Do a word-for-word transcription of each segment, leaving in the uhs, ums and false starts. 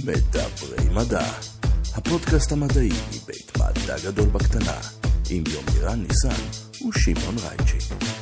מדברי מדע, הפודקאסט המדעי מבית מדע גדול בקטנה, עם יומירן ניסן ושמעון רייצ'י.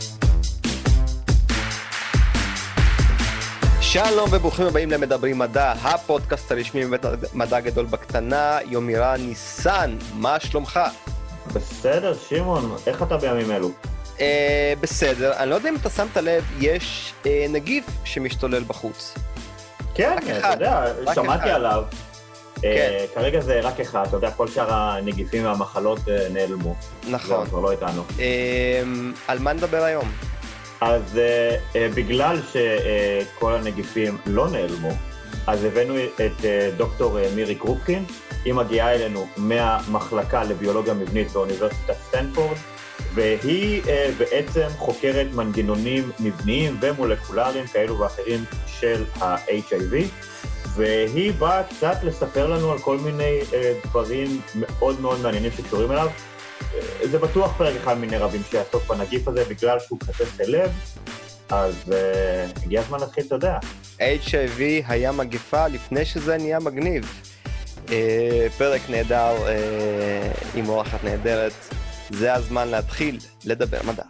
שלום וברוכים הבאים למדברי מדע, הפודקאסט הרשמי מבית מדע גדול בקטנה. יומירן ניסן, מה שלומך? בסדר, שמעון, איך אתה בימים אלו? אה, בסדר, אני לא יודע אם אתה שמת לב, יש אה, נגיף שמשתולל בחוץ. כן, אתה יודע, שמעתי עליו. כן. Uh, כרגע זה רק אחד, אתה יודע, כל שאר הנגיפים והמחלות uh, נעלמו. נכון. זה כבר לא איתנו. Uh, על מה נדבר היום? אז uh, uh, בגלל שכל uh, הנגיפים לא נעלמו, אז הבאנו את uh, דוקטור uh, מירי קרופקין, היא מגיעה אלינו מהמחלקה לביולוגיה מבנית באוניברסיטת סטנפורד, והיא uh, בעצם חוקרת מנגנונים מבניים ומולקולריים כאלו ואחרים של ה-אייץ' איי וי, והיא באה קצת לספר לנו על כל מיני אה, דברים מאוד מאוד מעניינים שקשורים אליו. אה, זה בטוח פרק אחד מיני רבים שיעסוק בנגיף הזה, בגלל שהוא כזה סלב, אז אה, הגיע הזמן להתחיל, אתה יודע. אייץ' איי וי היה מגפה לפני שזה נהיה מגניב. אה, פרק נהדר אה, עם אורחת נהדרת. זה הזמן להתחיל לדבר מדע.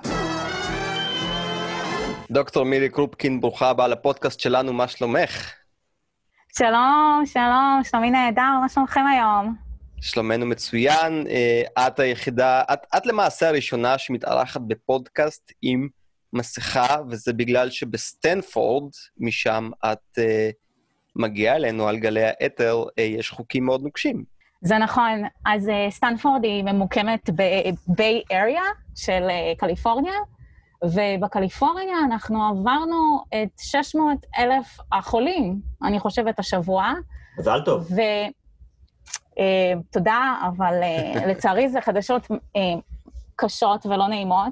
דוקטור מירי קרופקין, ברוכה הבאה לפודקאסט שלנו, מה שלומך? שלום, שלום, שלומי נהדר, מה שלומכם היום? שלומנו מצוין, את היחידה, את, את למעשה הראשונה שמתארחת בפודקאסט עם מסכה, וזה בגלל שבסטנפורד, משם את uh, מגיעה אלינו על גלי האתר, uh, יש חוקים מאוד נוקשים. זה נכון, אז uh, סטנפורד היא ממוקמת בביי אריה של uh, קליפורניה, ובקליפורניה אנחנו עברנו את שש מאות אלף החולים, אני חושבת, השבוע. מזל טוב. ותודה, אבל לצערי זה חדשות קשות ולא נעימות,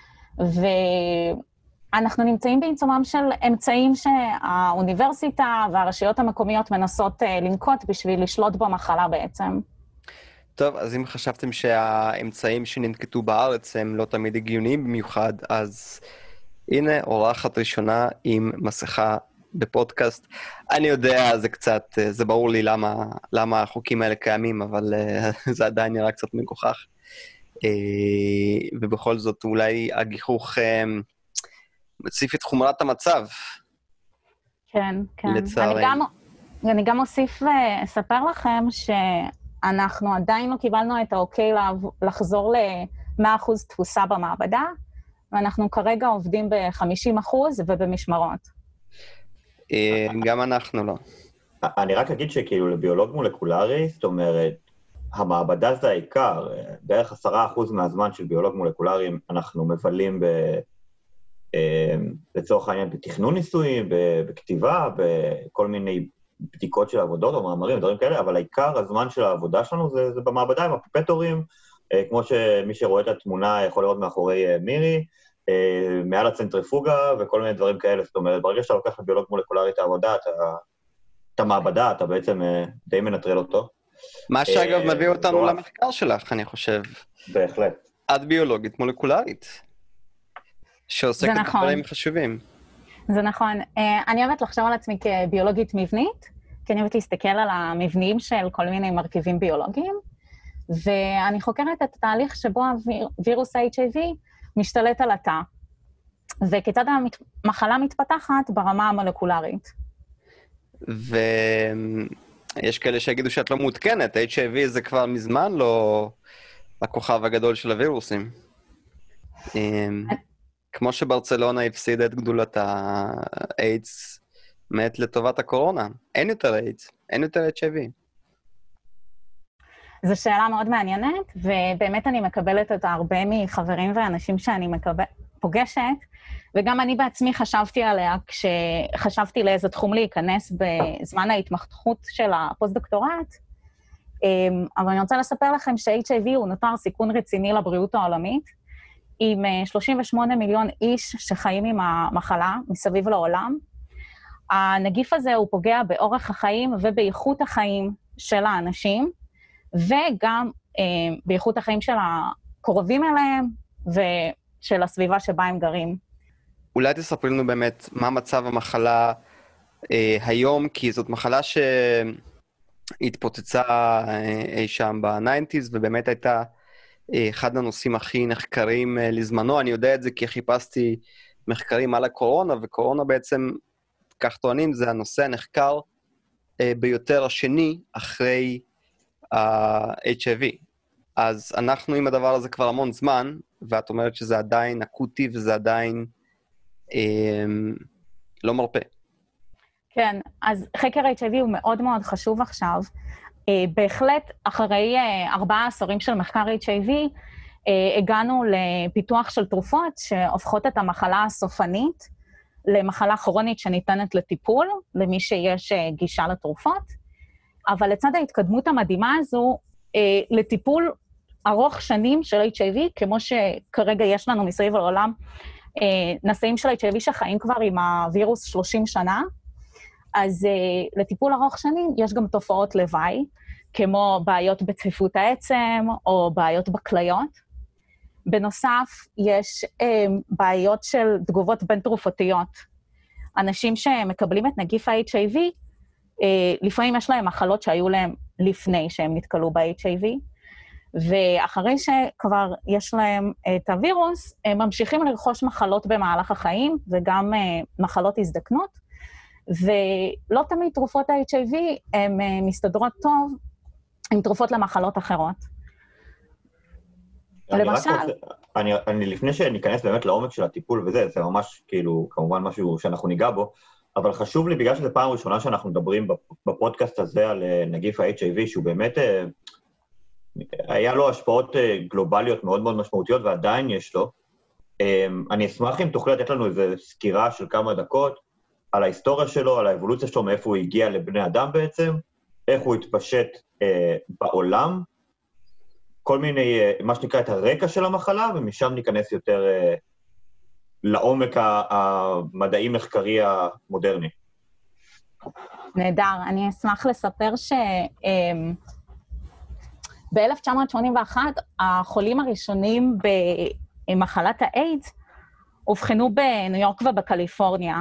ואנחנו נמצאים בעיצומם של אמצעים שהאוניברסיטה והרשויות המקומיות מנסות לנקוט בשביל לשלוט במחלה בעצם. טוב, אז אם חשבתם שהאמצעים שננקטו בארץ הם לא תמיד הגיוניים במיוחד, אז הנה אורחת ראשונה עם מסכה בפודקאסט. אני יודע, זה קצת, זה ברור לי למה, למה החוקים האלה קיימים, אבל זה עדיין נראה קצת מגוחך. ובכל זאת, אולי הגיחוך מציף את חומרת המצב. כן, כן. לצערי. אני גם, אני גם אוסיף ואספר לכם ש... אנחנו עדיין לא קיבלנו את האוקיי לחזור ל-מאה אחוז תפוסה במעבדה, ואנחנו כרגע עובדים ב-חמישים אחוז ובמשמרות. גם אנחנו לא. אני רק אגיד שכאילו לביולוג מולקולרי, זאת אומרת, המעבדה זה העיקר, בערך עשרה אחוז מהזמן של ביולוג מולקולרי אנחנו מבלים ב... לצורך העניין בתכנון ניסויים, בכתיבה, בכל מיני... בדיקות של עבודות או מאמרים, דברים כאלה, אבל העיקר הזמן של העבודה שלנו זה, זה במעבדה עם הפיפטורים, אה, כמו שמי שרואה את התמונה יכול לראות מאחורי אה, מירי, אה, מעל הצנטריפוגה וכל מיני דברים כאלה. זאת אומרת, ברגע שאתה לוקח לביולוג מולקולרי את העבודה, אתה, את המעבדה, אתה בעצם אה, די מנטרל אותו. מה שאגב אה, מביא אותנו לא... למחקר שלך, אני חושב. בהחלט. את ביולוגית מולקולרית, שעוסקת נכון. בדברים חשובים. זה נכון. אני אוהבת לחשוב על עצמי כביולוגית מבנית, כי אני אוהבת להסתכל על המבניים של כל מיני מרכיבים ביולוגיים, ואני חוקרת את התהליך שבו הווירוס ה-אייץ' איי וי משתלט על התא, וכיצד המחלה מתפתחת ברמה המולקולרית. ויש כאלה שיגידו שאת לא מעודכנת, אייץ' איי וי זה כבר מזמן לא הכוכב הגדול של הווירוסים. כמו שברצלונה הפסידה את גדולת האיידס, מת לטובת הקורונה. אין יותר איידס, אין יותר אייץ' איי וי. זו שאלה מאוד מעניינת, ובאמת אני מקבלת אותה הרבה מחברים ואנשים שאני מקבל, פוגשת, וגם אני בעצמי חשבתי עליה כשחשבתי לאיזה תחום להיכנס בזמן ההתמחות של הפוסט-דוקטורט, אבל אני רוצה לספר לכם ש-אייץ' איי וי הוא נותר סיכון רציני לבריאות העולמית, עם שלושים ושמונה מיליון איש שחיים עם המחלה מסביב לעולם. הנגיף הזה הוא פוגע באורח החיים ובאיכות החיים של האנשים, וגם אה, באיכות החיים של הקרובים אליהם ושל הסביבה שבה הם גרים. אולי תספרי לנו באמת מה מצב המחלה אה, היום, כי זאת מחלה התפוצצה אי שם ב-תשעים, ובאמת הייתה אחד הנושאים הכי נחקרים לזמנו. אני יודע את זה כי חיפשתי מחקרים על הקורונה, וקורונה בעצם, כך טוענים, זה הנושא הנחקר ביותר השני אחרי ה-אייץ' איי וי. אז אנחנו עם הדבר הזה כבר המון זמן, ואת אומרת שזה עדיין אקוטי וזה עדיין אה, לא מרפא. כן, אז חקר אייץ' איי וי הוא מאוד מאוד חשוב עכשיו. אה, בהחלט, אחרי אה, ארבעה עשורים של מחקר אייץ' איי וי, אה, הגענו לפיתוח של תרופות שהופכות את המחלה הסופנית למחלה כרונית שניתנת לטיפול, למי שיש אה, גישה לתרופות. אבל לצד ההתקדמות המדהימה הזו, אה, לטיפול ארוך שנים של אייץ' איי וי, כמו שכרגע יש לנו מסביב לעולם, אה, נשאים של אייץ' איי וי שחיים כבר עם הווירוס שלושים שנה, אז uh, לטיפול ארוך שנים יש גם תופעות לוואי, כמו בעיות בצפיפות העצם או בעיות בכליות. בנוסף, יש uh, בעיות של תגובות בין תרופתיות. אנשים שמקבלים את נגיף ה-אייץ' איי וי, uh, לפעמים יש להם מחלות שהיו להם לפני שהם נתקלו ב-אייץ' איי וי, ואחרי שכבר יש להם את הווירוס, הם ממשיכים לרכוש מחלות במהלך החיים, וגם uh, מחלות הזדקנות, ולא תמיד תרופות ה-אייץ' איי וי הן מסתדרות טוב עם תרופות למחלות אחרות. אני למשל... רוצה, אני, אני לפני שניכנס באמת לעומק של הטיפול וזה, זה ממש כאילו, כמובן משהו שאנחנו ניגע בו, אבל חשוב לי, בגלל שזו פעם ראשונה שאנחנו מדברים בפודקאסט הזה על נגיף ה-אייץ' איי וי, שהוא באמת, היה לו השפעות גלובליות מאוד מאוד משמעותיות, ועדיין יש לו. אני אשמח אם תוכלי לתת לנו איזו סקירה של כמה דקות, על ההיסטוריה שלו, על האבולוציה שלו, מאיפה הוא הגיע לבני אדם בעצם, איך הוא התפשט אה, בעולם, כל מיני, אה, מה שנקרא את הרקע של המחלה, ומשם ניכנס יותר אה, לעומק המדעי-מחקרי המודרני. נהדר, אני אשמח לספר ש... אה, ב-אלף תשע מאות שמונים ואחת, החולים הראשונים במחלת האיידס, הובחנו בניו יורק ובקליפורניה,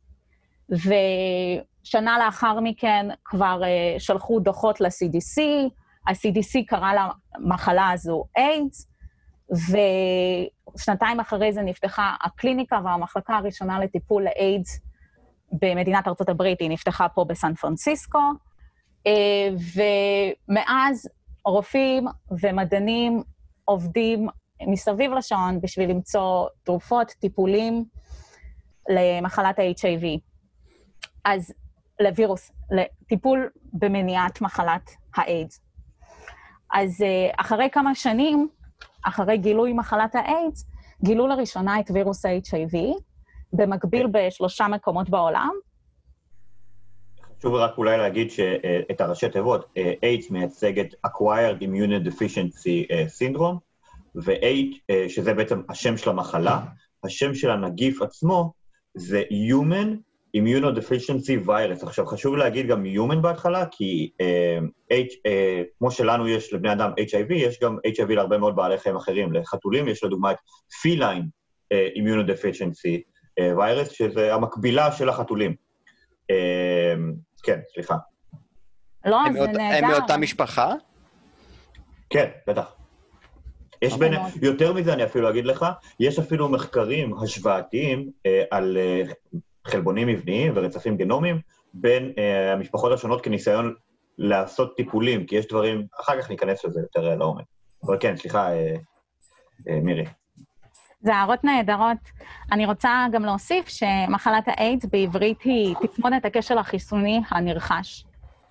ושנה לאחר מכן כבר uh, שלחו דוחות ל-סי די סי, ה-סי די סי קרא למחלה הזו איידס, ושנתיים אחרי זה נפתחה הקליניקה והמחלקה הראשונה לטיפול לאיידס במדינת ארצות הברית, היא נפתחה פה בסן פרנסיסקו, uh, ומאז רופאים ומדענים עובדים מסביב לשעון בשביל למצוא תרופות, טיפולים למחלת ה-אייץ' איי וי. אז לווירוס, לטיפול במניעת מחלת האיידס. אז אחרי כמה שנים, אחרי גילוי מחלת האיידס, גילו לראשונה את וירוס ה-אייץ' איי וי, במקביל בשלושה מקומות בעולם. חשוב רק אולי להגיד שאת הראשי תיבות, איידס מייצג את Acquired Immunodeficiency Syndrome, ו-H, שזה בעצם השם של המחלה, השם של הנגיף עצמו, זה Human Immunodeficiency Virus. עכשיו, חשוב להגיד גם Human בהתחלה, כי uh, H, uh, כמו שלנו יש לבני אדם אייץ' איי וי, יש גם אייץ' איי וי להרבה מאוד בעלי חיים אחרים. לחתולים יש לדוגמה את Feline uh, Immunodeficiency uh, Virus, שזה המקבילה של החתולים. Uh, כן, סליחה. לא, הם זה מאות, נהדר. הם מאותה משפחה? כן, בטח. יש בין, יותר מזה אני אפילו אגיד לך, יש אפילו מחקרים השוואתיים uh, על uh, חלבונים מבניים ורצפים גנומיים, בין uh, המשפחות השונות כניסיון לעשות טיפולים, כי יש דברים, אחר כך ניכנס לזה יותר לעומק. אבל כן, סליחה, uh, uh, מירי. זה הערות נהדרות. אני רוצה גם להוסיף שמחלת האיידס בעברית היא תסמונת הכשל החיסוני הנרכש.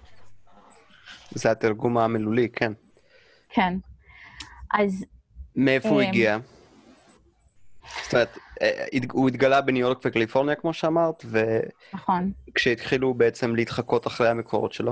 זה התרגום המילולי, כן. כן. אז... מאיפה הוא הגיע? זאת אומרת, הוא התגלה בניו יורק וקליפורניה, כמו שאמרת, נכון. וכשהתחילו בעצם להתחקות אחרי המקורות שלו?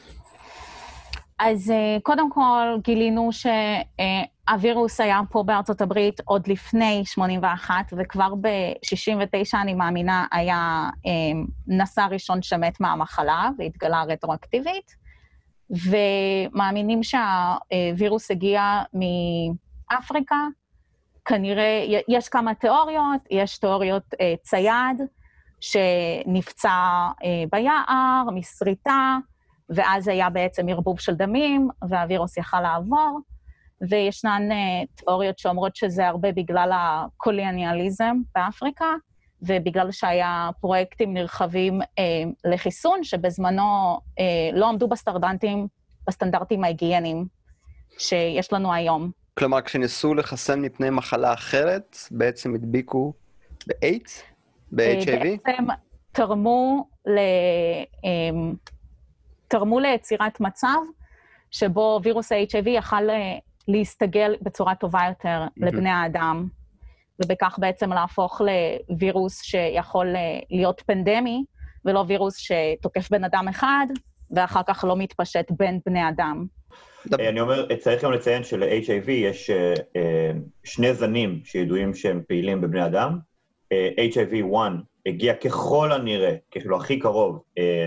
אז קודם כל גילינו שהווירוס היה פה בארצות הברית עוד לפני שמונים ואחת, וכבר ב-שישים ותשע, אני מאמינה, היה נשא ראשון שמת מהמחלה, והתגלה רטרואקטיבית, ומאמינים שהווירוס הגיע מאפריקה, כנראה, יש כמה תיאוריות, יש תיאוריות אה, צייד, שנפצע אה, ביער, מסריטה, ואז היה בעצם ערבוב של דמים, והווירוס יכל לעבור, וישנן תיאוריות שאומרות שזה הרבה בגלל הקולוניאליזם באפריקה, ובגלל שהיה פרויקטים נרחבים אה, לחיסון, שבזמנו אה, לא עמדו בסטנדרטים, בסטנדרטים ההיגייניים שיש לנו היום. כלומר, כשניסו לחסן מפני מחלה אחרת, בעצם הדביקו ב-איידס? ב-אייץ' איי וי? בעצם תרמו, ל, אה, תרמו ליצירת מצב, שבו וירוס ה-אייץ' איי וי יכל להסתגל בצורה טובה יותר mm-hmm. לבני האדם, ובכך בעצם להפוך לווירוס שיכול להיות פנדמי, ולא וירוס שתוקף בן אדם אחד, ואחר כך לא מתפשט בין בני אדם. אני אומר, צריך גם לציין של-אייץ' איי וי יש שני זנים שידועים שהם פעילים בבני אדם. אייץ' איי וי אחת הגיע ככל הנראה, כאילו הכי קרוב,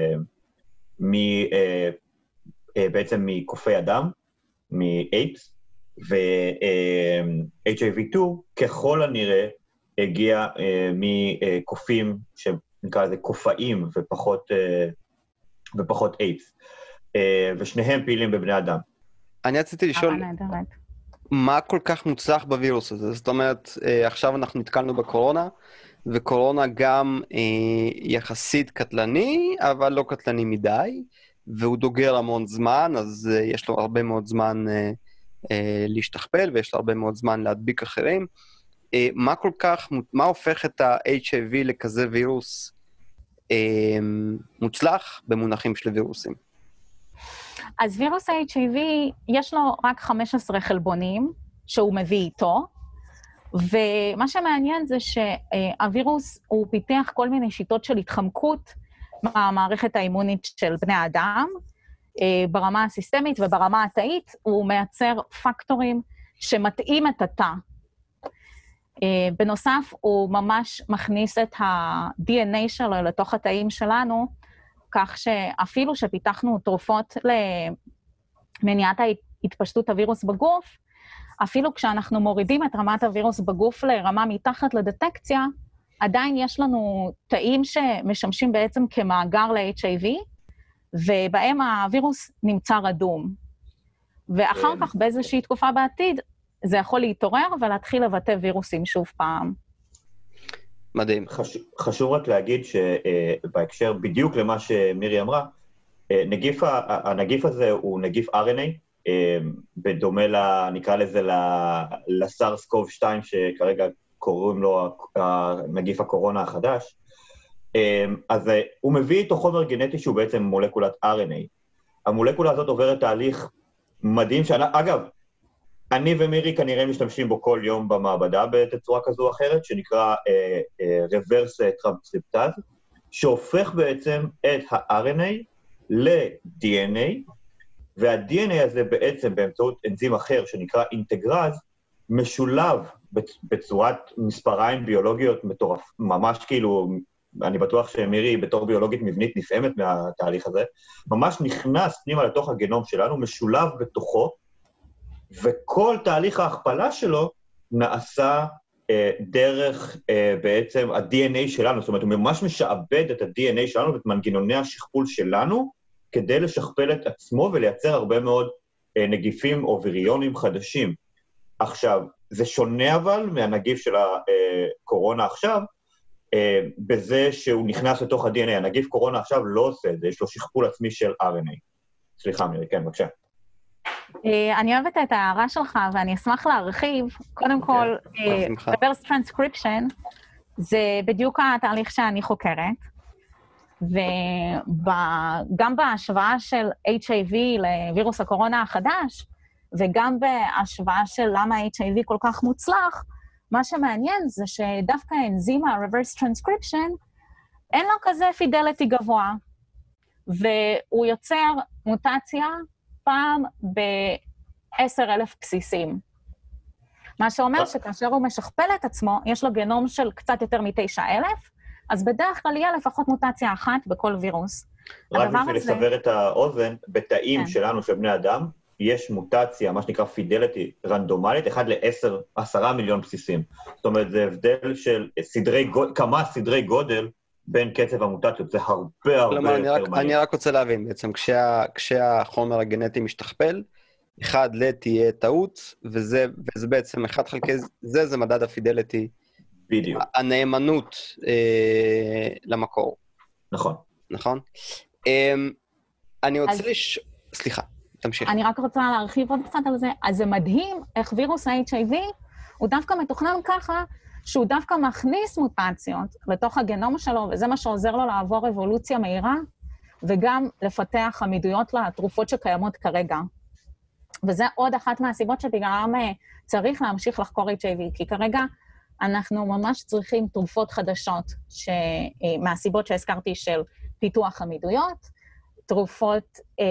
בעצם מקופי אדם, מאייפס, ו-אייץ' איי וי שתיים ככל הנראה הגיע מקופים שנקרא לזה קופאים ופחות, ופחות אייפס, ושניהם פעילים בבני אדם. אני רציתי לשאול, מה כל כך מוצלח בווירוס הזה? זאת אומרת, עכשיו אנחנו נתקלנו בקורונה, וקורונה גם יחסית קטלני, אבל לא קטלני מדי, והוא דוגר המון זמן, אז יש לו הרבה מאוד זמן להשתכפל, ויש לו הרבה מאוד זמן להדביק אחרים. מה כל כך, מה הופך את ה-אייץ' איי וי לכזה וירוס מוצלח במונחים של וירוסים? אז וירוס ה-אייץ' איי וי, יש לו רק חמישה עשר חלבונים שהוא מביא איתו, ומה שמעניין זה שהווירוס הוא פיתח כל מיני שיטות של התחמקות מהמערכת האימונית של בני האדם, ברמה הסיסטמית וברמה התאית, הוא מייצר פקטורים שמתאים את התא. בנוסף, הוא ממש מכניס את ה-די אן איי שלו לתוך התאים שלנו, כך שאפילו שפיתחנו תרופות למניעת התפשטות הווירוס בגוף, אפילו כשאנחנו מורידים את רמת הווירוס בגוף לרמה מתחת לדטקציה, עדיין יש לנו תאים שמשמשים בעצם כמאגר ל-אייץ' איי וי, ובהם הווירוס נמצא רדום. ואחר כך, באיזושהי תקופה בעתיד, זה יכול להתעורר ולהתחיל לבטא וירוסים שוב פעם. מדהים. חשוב, חשוב רק להגיד שבהקשר בדיוק למה שמירי אמרה, נגיף, הנגיף הזה הוא נגיף אר אן איי, בדומה, נקרא לזה, לסארס קוב שתיים, שכרגע קוראים לו נגיף הקורונה החדש, אז הוא מביא איתו חומר גנטי שהוא בעצם מולקולת אר אן איי. המולקולה הזאת עוברת תהליך מדהים, שאגב, אני ומירי כנראה משתמשים בו כל יום במעבדה בתצורה כזו או אחרת, שנקרא reverse transcriptase, שהופך בעצם את ה-אר אן איי ל-די אן איי, וה-די אן איי הזה בעצם באמצעות אנזים אחר שנקרא אינטגרז, משולב בצורת מספריים ביולוגיות מטורף, ממש כאילו, אני בטוח שמירי בתור ביולוגית מבנית נפעמת מהתהליך הזה, ממש נכנס פנימה לתוך הגנום שלנו, משולב בתוכו, וכל תהליך ההכפלה שלו נעשה אה, דרך אה, בעצם ה-די אן איי שלנו, זאת אומרת, הוא ממש משעבד את ה-די אן איי שלנו ואת מנגנוני השכפול שלנו, כדי לשכפל את עצמו ולייצר הרבה מאוד אה, נגיפים או ויריונים חדשים. עכשיו, זה שונה אבל מהנגיף של הקורונה עכשיו, אה, בזה שהוא נכנס לתוך ה-די אן איי. הנגיף קורונה עכשיו לא עושה את זה, יש לו שכפול עצמי של אר אן איי. סליחה, מירי, כן, בבקשה. אני אוהבת את ההערה שלך, ואני אשמח להרחיב. קודם כל, reverse transcription זה בדיוק התהליך שאני חוקרת, וגם בהשוואה של אייץ' איי וי לווירוס הקורונה החדש, וגם בהשוואה של למה אייץ' איי וי כל כך מוצלח, מה שמעניין זה שדווקא האנזים ה-reverse transcription, אין לו כזה פידליטי גבוה, והוא יוצר מוטציה פעם ב-עשרת אלפים בסיסים. מה שאומר שכאשר הוא משכפל את עצמו, יש לו גנום של קצת יותר מתשע אלף, אז בדרך כלל יהיה לפחות מוטציה אחת בכל וירוס. רק בשביל לסבר את האוזן, בתאים שלנו של בני אדם, יש מוטציה, מה שנקרא פידליטי רנדומלית, אחד לעשר, עשרה מיליון בסיסים. זאת אומרת, זה הבדל של סדרי, כמה סדרי גודל בין קצב המוטציות, זה הרבה הרבה כלומר, יותר אני רק, מהיר. אני רק רוצה להבין, בעצם, כשה, כשהחומר הגנטי משתכפל, אחד ל תהיה טעות, וזה, וזה בעצם אחד חלקי זה, זה מדד הפידליטי, בדיוק. הנאמנות אה, למקור. נכון. נכון? אה, אני רוצה אז... לש... סליחה, תמשיך. אני רק רוצה להרחיב עוד קצת על זה. אז זה מדהים איך וירוס ה-אייץ' איי וי הוא דווקא מתוכנן ככה, שהוא דווקא מכניס מוטציות לתוך הגנום שלו, וזה מה שעוזר לו לעבור אבולוציה מהירה, וגם לפתח עמידויות לתרופות שקיימות כרגע. וזה עוד אחת מהסיבות שבגללם צריך להמשיך לחקור אייץ' איי וי, כי כרגע אנחנו ממש צריכים תרופות חדשות, ש... מהסיבות שהזכרתי של פיתוח עמידויות, תרופות אה,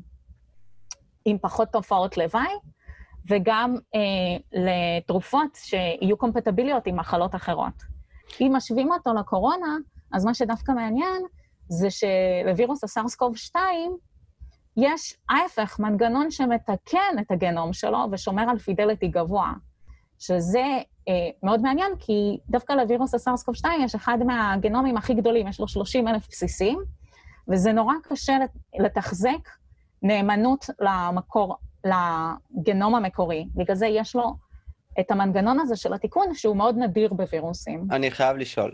עם פחות תופעות לוואי, וגם אה, לתרופות שיהיו קומפטביליות עם מחלות אחרות. אם משווים אותו לקורונה, אז מה שדווקא מעניין, זה שלווירוס הסארס קוב שתיים, יש ההפך, מנגנון שמתקן את הגנום שלו, ושומר על פידליטי גבוה, שזה אה, מאוד מעניין, כי דווקא לווירוס הסארס קוב שתיים יש אחד מהגנומים הכי גדולים, יש לו שלושים אלף בסיסים, וזה נורא קשה לתחזק נאמנות למקור, לגנום המקורי. בגלל זה יש לו את המנגנון הזה של התיקון, שהוא מאוד נדיר בווירוסים. אני חייב לשאול.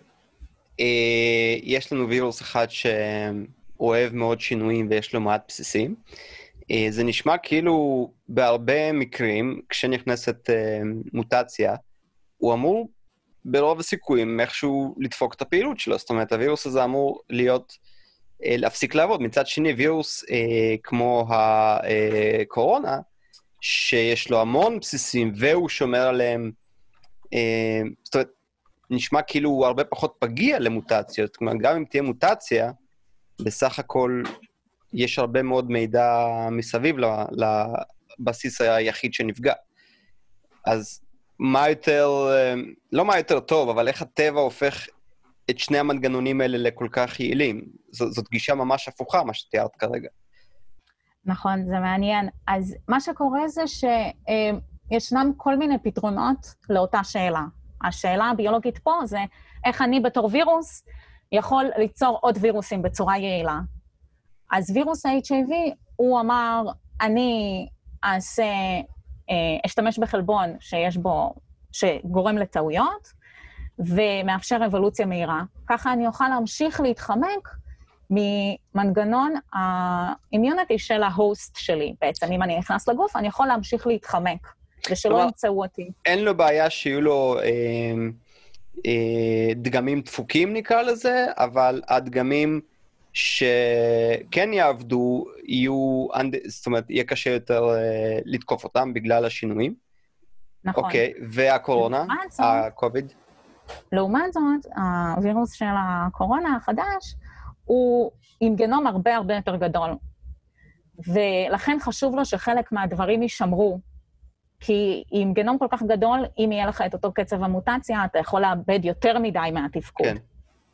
אה, יש לנו וירוס אחד שאוהב מאוד שינויים ויש לו מעט בסיסים. אה, זה נשמע כאילו בהרבה מקרים, כשנכנסת אה, מוטציה, הוא אמור ברוב הסיכויים איכשהו לדפוק את הפעילות שלו. זאת אומרת, הווירוס הזה אמור להיות... להפסיק לעבוד. מצד שני, וירוס אה, כמו הקורונה, שיש לו המון בסיסים, והוא שומר עליהם, אה, זאת אומרת, נשמע כאילו הוא הרבה פחות פגיע למוטציות. כלומר, גם אם תהיה מוטציה, בסך הכל יש הרבה מאוד מידע מסביב לבסיס היחיד שנפגע. אז מה יותר, לא מה יותר טוב, אבל איך הטבע הופך את שני המנגנונים האלה לכל כך יעילים? ז, זאת גישה ממש הפוכה, מה שתיארת כרגע. נכון, זה מעניין. אז מה שקורה זה שישנם כל מיני פתרונות לאותה שאלה. השאלה הביולוגית פה זה איך אני בתור וירוס יכול ליצור עוד וירוסים בצורה יעילה. אז וירוס ה-אייץ' איי וי, הוא אמר, אני אעשה, אשתמש בחלבון שיש בו, שגורם לטעויות, ומאפשר אבולוציה מהירה. ככה אני אוכל להמשיך להתחמק ממנגנון האימיוניטי של ההוסט שלי. בעצם, אם אני נכנס לגוף, אני יכול להמשיך להתחמק, ושלא ימצאו אותי. אין לו בעיה שיהיו לו אה, אה, דגמים דפוקים, נקרא לזה, אבל הדגמים שכן יעבדו, יהיו, זאת אומרת, יהיה קשה יותר אה, לתקוף אותם בגלל השינויים. נכון. אוקיי, והקורונה, הקוביד? לעומת זאת, הווירוס של הקורונה החדש, הוא עם גנום הרבה הרבה יותר גדול. ולכן חשוב לו שחלק מהדברים יישמרו. כי עם גנום כל כך גדול, אם יהיה לך את אותו קצב המוטציה, אתה יכול לאבד יותר מדי מהתפקוד. כן.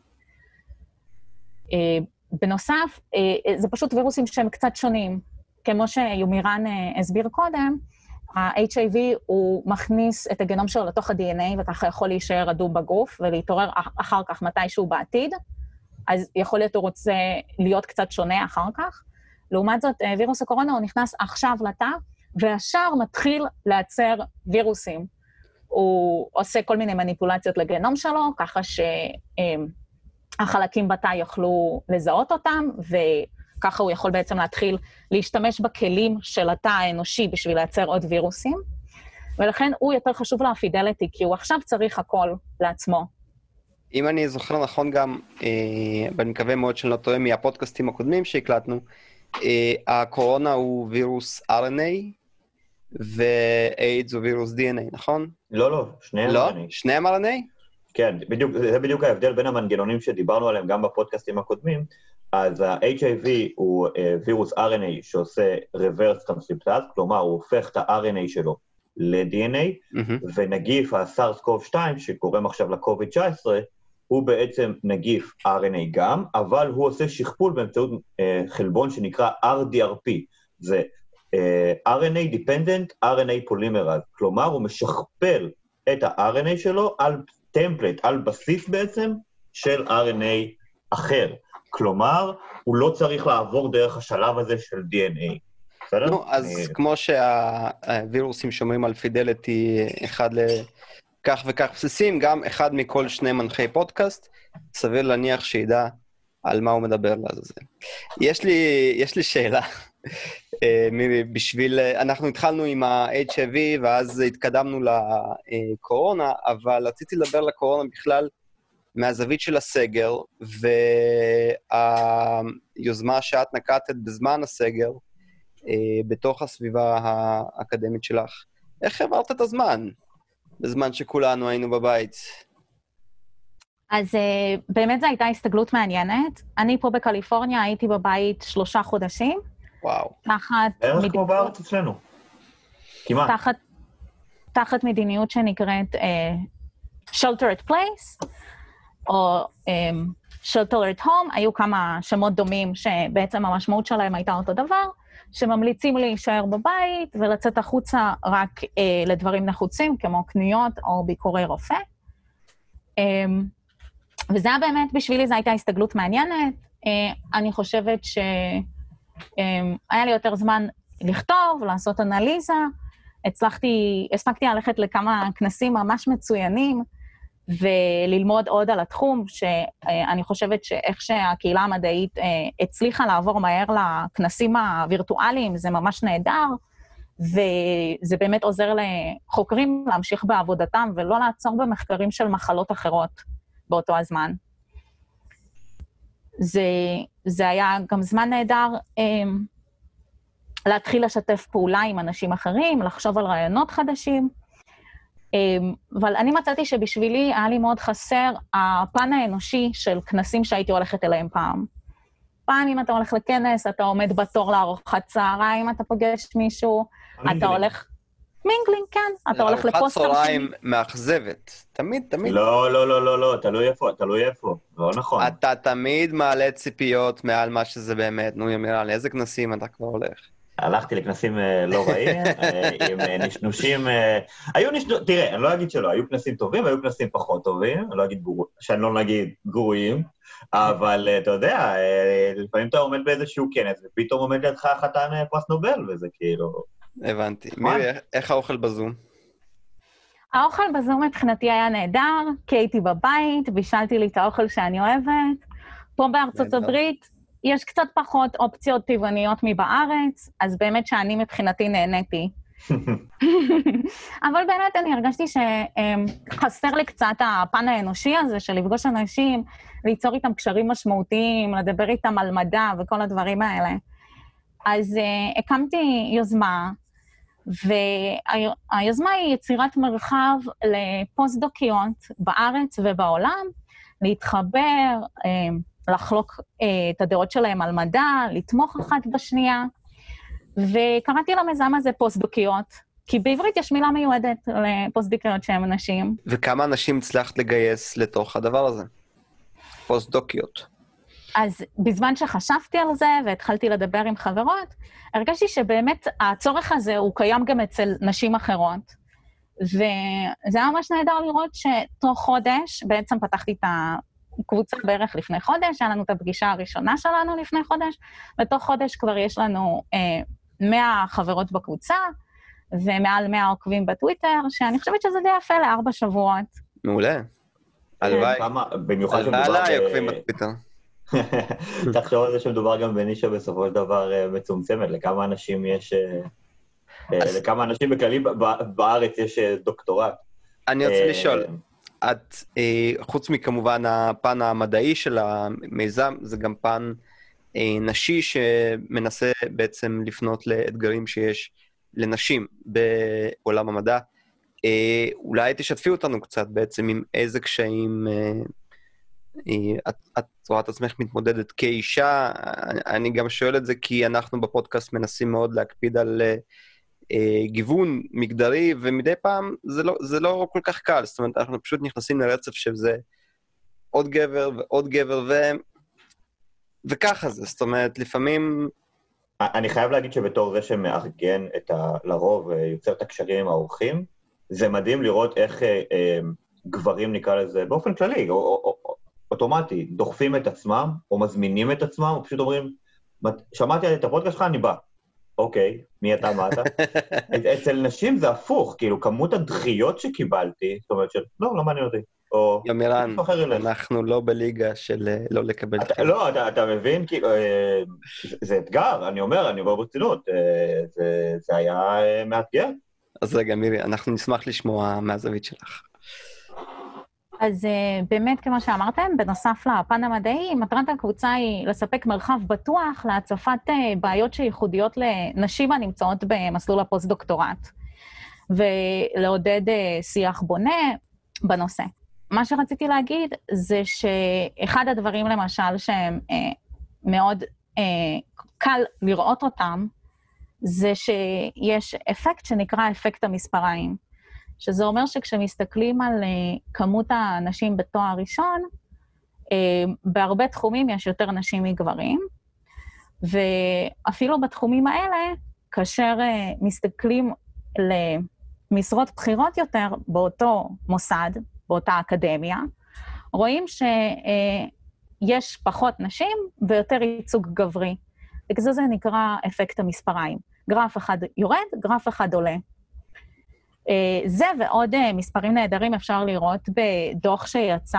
בנוסף, זה פשוט וירוסים שהם קצת שונים. כמו שיומירן הסביר קודם, ה-אייץ' איי וי הוא מכניס את הגנום שלו לתוך ה-די אן איי, וככה יכול להישאר רדום בגוף, ולהתעורר אחר כך מתישהו בעתיד, אז יכול להיות הוא רוצה להיות קצת שונה אחר כך. לעומת זאת, וירוס הקורונה הוא נכנס עכשיו לתא, והשאר מתחיל לייצר וירוסים. הוא עושה כל מיני מניפולציות לגנום שלו, ככה שהחלקים בתא יוכלו לזהות אותם, וככה הוא יכול בעצם להתחיל להשתמש בכלים של התא האנושי בשביל לייצר עוד וירוסים, ולכן הוא יותר חשוב לאפידליטי, כי הוא עכשיו צריך הכל לעצמו. אם אני זוכר נכון גם, אה, ואני מקווה מאוד שאני לא טועה מהפודקאסטים הקודמים שהקלטנו, אה, הקורונה הוא וירוס אר אן איי, ואיידס הוא וירוס די אן איי, נכון? לא, לא, שניהם לא? אר אן איי. שניהם אר אן איי? כן, בדיוק, זה בדיוק ההבדל בין המנגנונים שדיברנו עליהם גם בפודקאסטים הקודמים. אז ה-אייץ' איי וי הוא uh, וירוס אר אן איי שעושה reverse transcriptase, כלומר הוא הופך את ה-אר אן איי שלו ל-די אן איי, mm-hmm. ונגיף ה-סארס קוב שתיים שקוראים עכשיו ל-קוביד תשע עשרה, הוא בעצם נגיף אר אן איי גם, אבל הוא עושה שכפול באמצעות uh, חלבון שנקרא אר די אר פי, זה uh, אר אן איי Dependent אר אן איי Polymerase, כלומר הוא משכפל את ה-אר אן איי שלו על טמפלט, על בסיס בעצם של אר אן איי אחר. כלומר, הוא לא צריך לעבור דרך השלב הזה של די אן איי. בסדר? נו, אז כמו שהווירוסים שומרים על פידליטי אחד לכך וכך בסיסים, גם אחד מכל שני מנחי פודקאסט, סביר להניח שידע על מה הוא מדבר לזה. יש לי, יש לי שאלה. בשביל, אנחנו התחלנו עם ה-אייץ' איי וי ואז התקדמנו לקורונה, אבל רציתי לדבר על הקורונה בכלל מהזווית של הסגר, והיוזמה שאת נקטת בזמן הסגר, בתוך הסביבה האקדמית שלך. איך עברת את הזמן? בזמן שכולנו היינו בבית. אז באמת זו הייתה הסתגלות מעניינת. אני פה בקליפורניה הייתי בבית שלושה חודשים. וואו. תחת... ערך כמו בארץ אצלנו. כמעט. תחת, תחת מדיניות שנקראת uh, shelter at place, או um, shelter at home, היו כמה שמות דומים שבעצם המשמעות שלהם הייתה אותו דבר, שממליצים להישאר בבית ולצאת החוצה רק uh, לדברים נחוצים, כמו קניות או ביקורי רופא. Um, וזה היה באמת, בשבילי זו הייתה הסתגלות מעניינת. Uh, אני חושבת ש... Um, היה לי יותר זמן לכתוב, לעשות אנליזה, הצלחתי, הספקתי ללכת לכמה כנסים ממש מצוינים, וללמוד עוד על התחום, שאני חושבת שאיך שהקהילה המדעית הצליחה לעבור מהר לכנסים הווירטואליים, זה ממש נהדר, וזה באמת עוזר לחוקרים להמשיך בעבודתם, ולא לעצור במחקרים של מחלות אחרות באותו הזמן. זה, זה היה גם זמן נהדר אה, להתחיל לשתף פעולה עם אנשים אחרים, לחשוב על רעיונות חדשים, אה, אבל אני מצאתי שבשבילי היה לי מאוד חסר הפן האנושי של כנסים שהייתי הולכת אליהם פעם. פעם אם אתה הולך לכנס, אתה עומד בתור לארוחת צהריים, אתה פוגש מישהו, אתה הולך... מינגלינג, כן, אתה הולך לפוסטר שלי. ארוחת צהריים מאכזבת, תמיד, תמיד. לא, לא, לא, לא, לא, תלוי איפה, תלוי איפה, לא נכון. אתה תמיד מעלה ציפיות מעל מה שזה באמת, נו ימירה, לאיזה כנסים אתה כבר הולך? הלכתי לכנסים לא רעים, עם נשנושים, היו נשנושים, תראה, אני לא אגיד שלא, היו כנסים טובים, היו כנסים פחות טובים, אני לא אגיד גרועים, שאני לא נגיד גרועים, אבל אתה יודע, לפעמים אתה עומד באיזשהו כנס, ופתאום עומד לידך חתן פרס נובל, וזה כאילו... הבנתי. מירי, איך האוכל בזום? האוכל בזום מבחינתי היה נהדר, כי הייתי בבית, בישלתי לי את האוכל שאני אוהבת. פה בארצות הברית יש קצת פחות אופציות טבעוניות מבארץ, אז באמת שאני מבחינתי נהניתי. אבל באמת אני הרגשתי שחסר לי קצת הפן האנושי הזה של לפגוש אנשים, ליצור איתם קשרים משמעותיים, לדבר איתם על מדע וכל הדברים האלה. אז uh, הקמתי יוזמה, והיוזמה היא יצירת מרחב לפוסט-דוקיות בארץ ובעולם, להתחבר, uh, לחלוק uh, את הדעות שלהם על מדע, לתמוך אחת בשנייה, וקראתי למיזם הזה פוסט-דוקיות, כי בעברית יש מילה מיועדת לפוסט-דוקיות שהם אנשים. וכמה אנשים הצלחת לגייס לתוך הדבר הזה? פוסט-דוקיות. אז בזמן שחשבתי על זה והתחלתי לדבר עם חברות, הרגשתי שבאמת הצורך הזה הוא קיים גם אצל נשים אחרות. וזה היה ממש נהדר לראות שתוך חודש, בעצם פתחתי את הקבוצה בערך לפני חודש, היה לנו את הפגישה הראשונה שלנו לפני חודש, ותוך חודש כבר יש לנו אה, מאה חברות בקבוצה, ומעל מאה עוקבים בטוויטר, שאני חושבת שזה די יפה לארבע שבועות. מעולה. הלוואי. במיוחד שמדובר עליי עוקבים בטוויטר. תחשוב על זה שמדובר גם בנישה בסופו של דבר מצומצמת, לכמה אנשים יש, לכמה אנשים בכללי בארץ יש דוקטורט. אני רוצה לשאול, את, חוץ מכמובן הפן המדעי של המיזם, זה גם פן נשי שמנסה בעצם לפנות לאתגרים שיש לנשים בעולם המדע. אולי תשתפי אותנו קצת בעצם עם איזה קשיים... את, את רואה את עצמך מתמודדת כאישה, אני גם שואל את זה כי אנחנו בפודקאסט מנסים מאוד להקפיד על אה, גיוון מגדרי, ומדי פעם זה לא, זה לא כל כך קל, זאת אומרת, אנחנו פשוט נכנסים לרצף שזה עוד גבר ועוד גבר, ו... וככה זה, זאת אומרת, לפעמים... אני חייב להגיד שבתור זה שמארגן את ה... לרוב, יוצר את הקשרים עם האורחים, זה מדהים לראות איך אה, אה, גברים נקרא לזה, באופן כללי, או... או, או אוטומטי, דוחפים את עצמם, או מזמינים את עצמם, או פשוט אומרים, שמעתי את הפודקאסט שלך, אני בא. אוקיי, מי אתה, מה אתה? אצל נשים זה הפוך, כאילו, כמות הדחיות שקיבלתי, זאת אומרת של, לא, לא מעניין אותי. ימירן, אנחנו לא בליגה של לא לקבל דחיות. לא, אתה מבין, זה אתגר, אני אומר, אני אומר ברצינות, זה היה מאתגר. אז רגע, מירי, אנחנו נשמח לשמוע מהזווית שלך. אז באמת, כמו שאמרתם, בנוסף לפן המדעי, מטרת הקבוצה היא לספק מרחב בטוח להצפת בעיות שייחודיות לנשים הנמצאות במסלול הפוסט-דוקטורט, ולעודד שיח בונה בנושא. מה שרציתי להגיד זה שאחד הדברים, למשל, שהם מאוד קל לראות אותם, זה שיש אפקט שנקרא אפקט המספריים. שזה אומר שכשמסתכלים על uh, כמות האנשים בתואר ראשון, uh, בהרבה תחומים יש יותר נשים מגברים, ואפילו בתחומים האלה, כאשר uh, מסתכלים למשרות בחירות יותר באותו מוסד, באותה אקדמיה, רואים שיש uh, פחות נשים ויותר ייצוג גברי. וכזה זה נקרא אפקט המספריים. גרף אחד יורד, גרף אחד עולה. זה ועוד מספרים נהדרים אפשר לראות בדוח שיצא,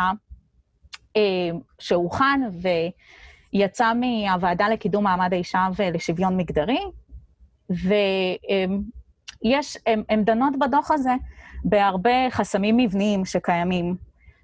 שהוכן ויצא מהוועדה לקידום מעמד האישה ולשוויון מגדרי, ויש, הם דנות בדוח הזה בהרבה חסמים מבניים שקיימים,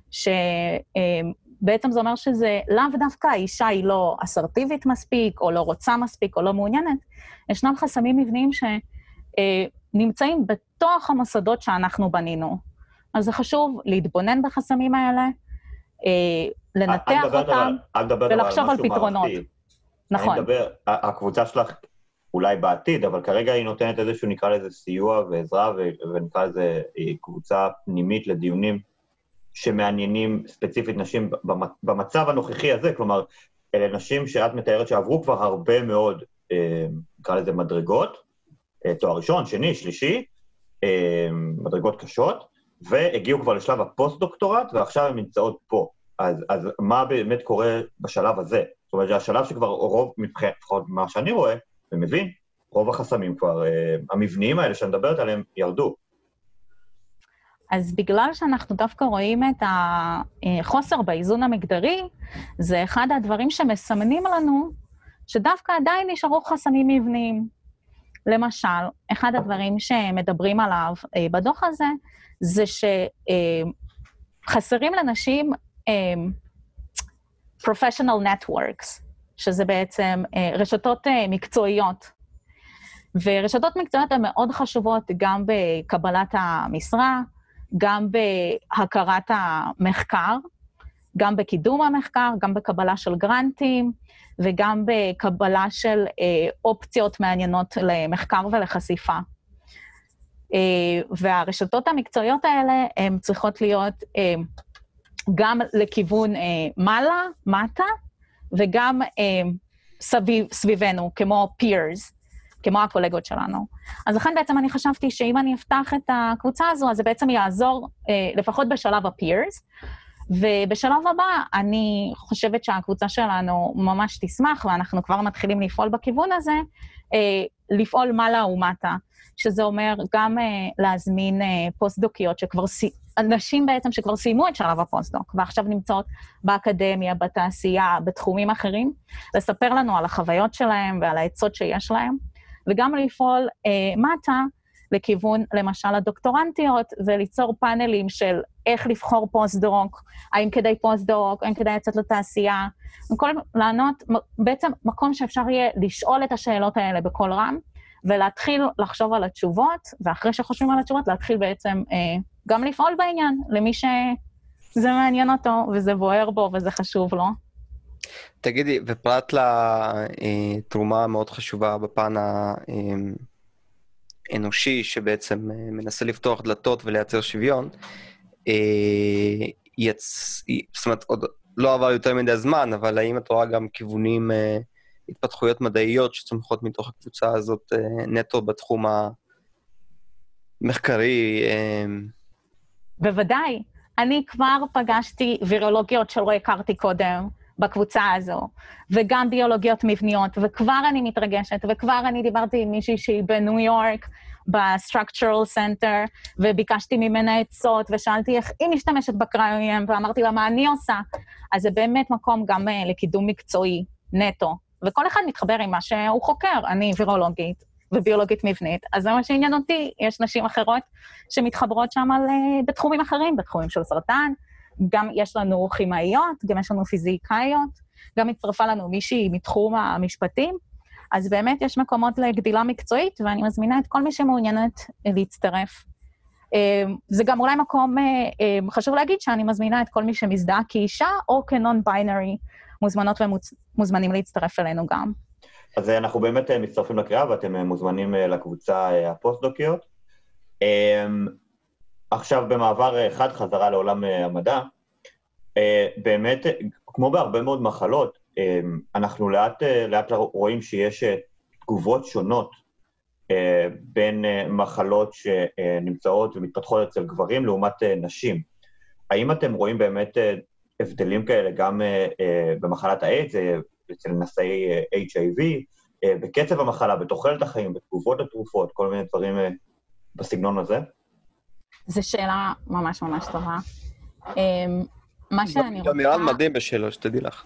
שבעצם זה אומר שזה לאו דווקא האישה היא לא אסרטיבית מספיק, או לא רוצה מספיק, או לא מעוניינת, ישנם חסמים מבניים ש... נמצאים בתוך המוסדות שאנחנו בנינו. אז זה חשוב להתבונן בחסמים האלה, לנתח אותם, ולחשוב על פתרונות. נכון. אני מדבר, הקבוצה שלך אולי בעתיד, אבל כרגע היא נותנת איזשהו, נקרא לזה סיוע ועזרה, ונקרא לזה קבוצה פנימית לדיונים שמעניינים ספציפית נשים במצב הנוכחי הזה, כלומר, אלה נשים שאת מתארת שעברו כבר הרבה מאוד, נקרא לזה מדרגות, תואר ראשון, שני, שלישי, מדרגות קשות, והגיעו כבר לשלב הפוסט-דוקטורט, ועכשיו הן נמצאות פה. אז, אז מה באמת קורה בשלב הזה? זאת אומרת, זה השלב שכבר רוב, מבחינת, לפחות מה שאני רואה, ומבין, רוב החסמים כבר, המבניים האלה שאני מדברת עליהם, ירדו. אז בגלל שאנחנו דווקא רואים את החוסר באיזון המגדרי, זה אחד הדברים שמסמנים לנו, שדווקא עדיין נשארו חסמים מבניים. למשל, אחד הדברים שמדברים עליו אה, בדוח הזה, זה שחסרים אה, לנשים אה, professional networks, שזה בעצם אה, רשתות אה, מקצועיות. ורשתות מקצועיות הן מאוד חשובות גם בקבלת המשרה, גם בהכרת המחקר, גם בקידום המחקר, גם בקבלה של גרנטים, וגם בקבלה של אה, אופציות מעניינות למחקר ולחשיפה. אה, והרשתות המקצועיות האלה, הן צריכות להיות אה, גם לכיוון אה, מעלה, מטה, וגם אה, סביב, סביבנו, כמו peers, כמו הקולגות שלנו. אז לכן בעצם אני חשבתי שאם אני אפתח את הקבוצה הזו, אז זה בעצם יעזור אה, לפחות בשלב ה-peers, ובשלב הבא, אני חושבת שהקבוצה שלנו ממש תשמח, ואנחנו כבר מתחילים לפעול בכיוון הזה, לפעול מעלה ומטה, שזה אומר גם להזמין פוסט-דוקיות, שכבר, אנשים בעצם שכבר סיימו את שלב הפוסט-דוק, ועכשיו נמצאות באקדמיה, בתעשייה, בתחומים אחרים, לספר לנו על החוויות שלהם ועל העצות שיש להם, וגם לפעול מטה, לכיוון, למשל, הדוקטורנטיות, וליצור פאנלים של איך לבחור פוסט-דוק, האם כדאי פוסט-דוק, האם כדאי לצאת לתעשייה, וכל לענות, בעצם מקום שאפשר יהיה לשאול את השאלות האלה בכל רם, ולהתחיל לחשוב על התשובות, ואחרי שחושבים על התשובות, להתחיל בעצם אה, גם לפעול בעניין, למי שזה מעניין אותו, וזה בוער בו, וזה חשוב לו. תגידי, ופרט לתרומה מאוד חשובה בפן ה... אנושי שבעצם מנסה לפתוח דלתות ולייצר שוויון, יצ... זאת אומרת, עוד לא עבר יותר מדי זמן, אבל האם את רואה גם כיוונים, התפתחויות מדעיות שצומחות מתוך הקבוצה הזאת נטו בתחום המחקרי? בוודאי. אני כבר פגשתי וירולוגיות שלא הכרתי קודם בקבוצה הזו, וגם ביולוגיות מבניות, וכבר אני מתרגשת, וכבר אני דיברתי עם מישהי שהיא בניו יורק, ב-Structural Center, וביקשתי ממנה עצות, ושאלתי איך היא משתמשת בקריונים, ואמרתי לה מה אני עושה. אז זה באמת מקום גם uh, לקידום מקצועי, נטו, וכל אחד מתחבר עם מה שהוא חוקר. אני וירולוגית וביולוגית מבנית, אז זה מה שעניין אותי. יש נשים אחרות שמתחברות שם על, uh, בתחומים אחרים, בתחומים של סרטן, גם יש לנו כימאיות, גם יש לנו פיזיקאיות, גם הצטרפה לנו מישהי מתחום המשפטים, אז באמת יש מקומות לגדילה מקצועית, ואני מזמינה את כל מי שמעוניינת להצטרף. זה גם אולי מקום, חשוב להגיד שאני מזמינה את כל מי שמזדהה כאישה, או כנון-ביינרי, מוזמנות ומוזמנים להצטרף אלינו גם. אז אנחנו באמת מצטרפים לקריאה, ואתם מוזמנים לקבוצה הפוסט-דוקיות. עכשיו במעבר אחד חזרה לעולם המדע, באמת, כמו בהרבה מאוד מחלות, אנחנו לאט לאט רואים שיש תגובות שונות בין מחלות שנמצאות ומתפתחות אצל גברים לעומת נשים. האם אתם רואים באמת הבדלים כאלה גם במחלת האיידס, אצל נשאי אייץ' איי וי, בקצב המחלה, בתוחלת החיים, בתגובות התרופות, כל מיני דברים בסגנון הזה? זו שאלה ממש ממש טובה. מה שאני רוצה... גם נראה מדהים בשאלה, שתדעי לך.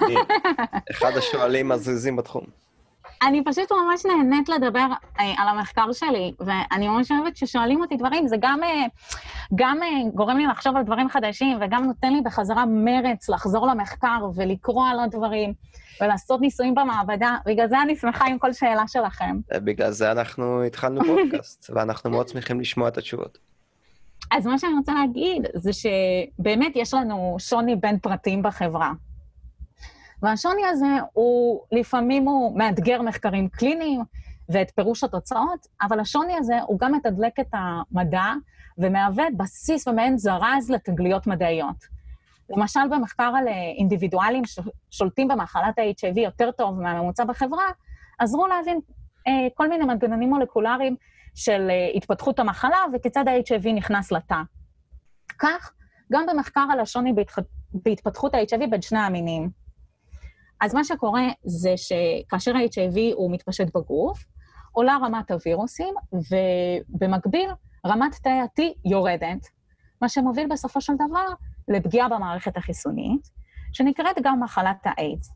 אחד השואלים הזריזים בתחום. אני פשוט ממש נהנית לדבר על המחקר שלי, ואני ממש אוהבת ששואלים אותי דברים, זה גם, גם גורם לי לחשוב על דברים חדשים, וגם נותן לי בחזרה מרץ לחזור למחקר ולקרוא על הדברים, ולעשות ניסויים במעבדה. בגלל זה אני שמחה עם כל שאלה שלכם. בגלל זה אנחנו התחלנו פודקאסט, ואנחנו מאוד שמחים לשמוע את התשובות. אז מה שאני רוצה להגיד זה שבאמת יש לנו שוני בין פרטים בחברה. והשוני הזה הוא, לפעמים הוא מאתגר מחקרים קליניים ואת פירוש התוצאות, אבל השוני הזה הוא גם מתדלק את המדע ומהווה בסיס ומעין זרז לתגליות מדעיות. למשל במחקר על אינדיבידואלים ששולטים במחלת ה-אייץ' איי וי יותר טוב מהממוצע בחברה, עזרו להבין אה, כל מיני מנגנונים מולקולריים של התפתחות המחלה, וכיצד ה-אייץ' איי וי נכנס לתא. כך, גם במחקר על השוני בהתפתחות ה-אייץ' איי וי בין שני המינים. אז מה שקורה זה שכאשר ה-אייץ' איי וי הוא מתפשט בגוף, עולה רמת הווירוסים, ובמקביל רמת תאי ה-T יורדת, מה שמוביל בסופו של דבר לפגיעה במערכת החיסונית, שנקראת גם מחלת האיידס.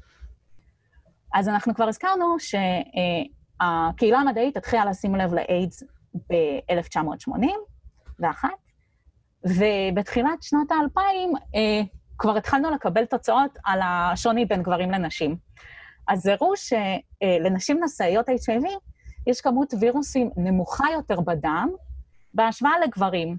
אז אנחנו כבר הזכרנו ש... הקהילה המדעית התחילה לשים לב לאיידס ב-אלף תשע מאות שמונים ואחת, ובתחילת שנות האלפיים אה, כבר התחלנו לקבל תוצאות על השוני בין גברים לנשים. אז הראו שלנשים נשאיות אייץ' איי וי יש כמות וירוסים נמוכה יותר בדם, בהשוואה לגברים.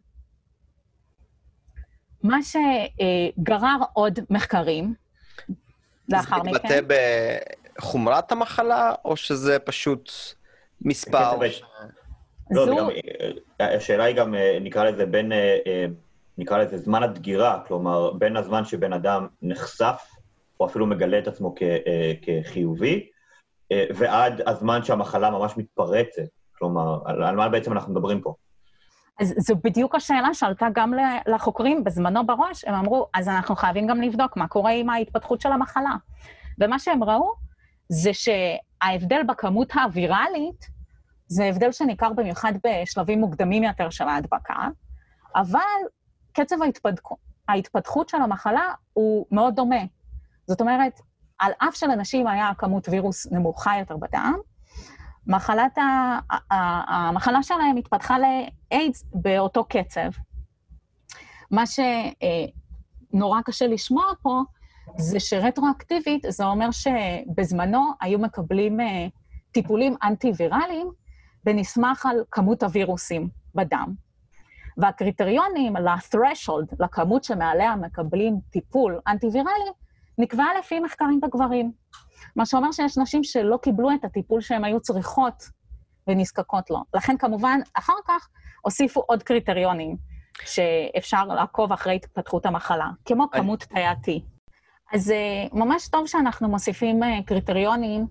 מה שגרר עוד מחקרים, לאחר מכן. זה מתבטא בחומרת המחלה, או שזה פשוט מספר? לא, זה גם, השאלה היא גם, נקרא לזה בין, נקרא לזה זמן הדגירה, כלומר, בין הזמן שבן אדם נחשף, או אפילו מגלה את עצמו כחיובי, ועד הזמן שהמחלה ממש מתפרצת. כלומר, על מה בעצם אנחנו מדברים פה? אז זו בדיוק השאלה שעלתה גם לחוקרים בזמנו בראש, הם אמרו, אז אנחנו חייבים גם לבדוק מה קורה עם ההתפתחות של המחלה. ומה שהם ראו, זה שההבדל בכמות האווירלית, זה הבדל שניכר במיוחד בשלבים מוקדמים יותר של ההדבקה, אבל קצב ההתפתחות, ההתפתחות של המחלה הוא מאוד דומה. זאת אומרת, על אף שלאנשים היה כמות וירוס נמוכה יותר בדם, מחלת ה... המחלה שלהם התפתחה לאיידס באותו קצב. מה שנורא קשה לשמוע פה, זה שרטרואקטיבית, זה אומר שבזמנו היו מקבלים טיפולים אנטי-וירליים, ונסמך על כמות הווירוסים בדם. והקריטריונים ל-threshold, לכמות שמעליה מקבלים טיפול אנטי-וירלי, נקבעה לפי מחקרים בגברים. מה שאומר שיש נשים שלא קיבלו את הטיפול שהן היו צריכות ונזקקות לו. לכן כמובן, אחר כך הוסיפו עוד קריטריונים שאפשר לעקוב אחרי התפתחות המחלה, כמו כמות תאי ה-T. אז ממש טוב שאנחנו מוסיפים קריטריונים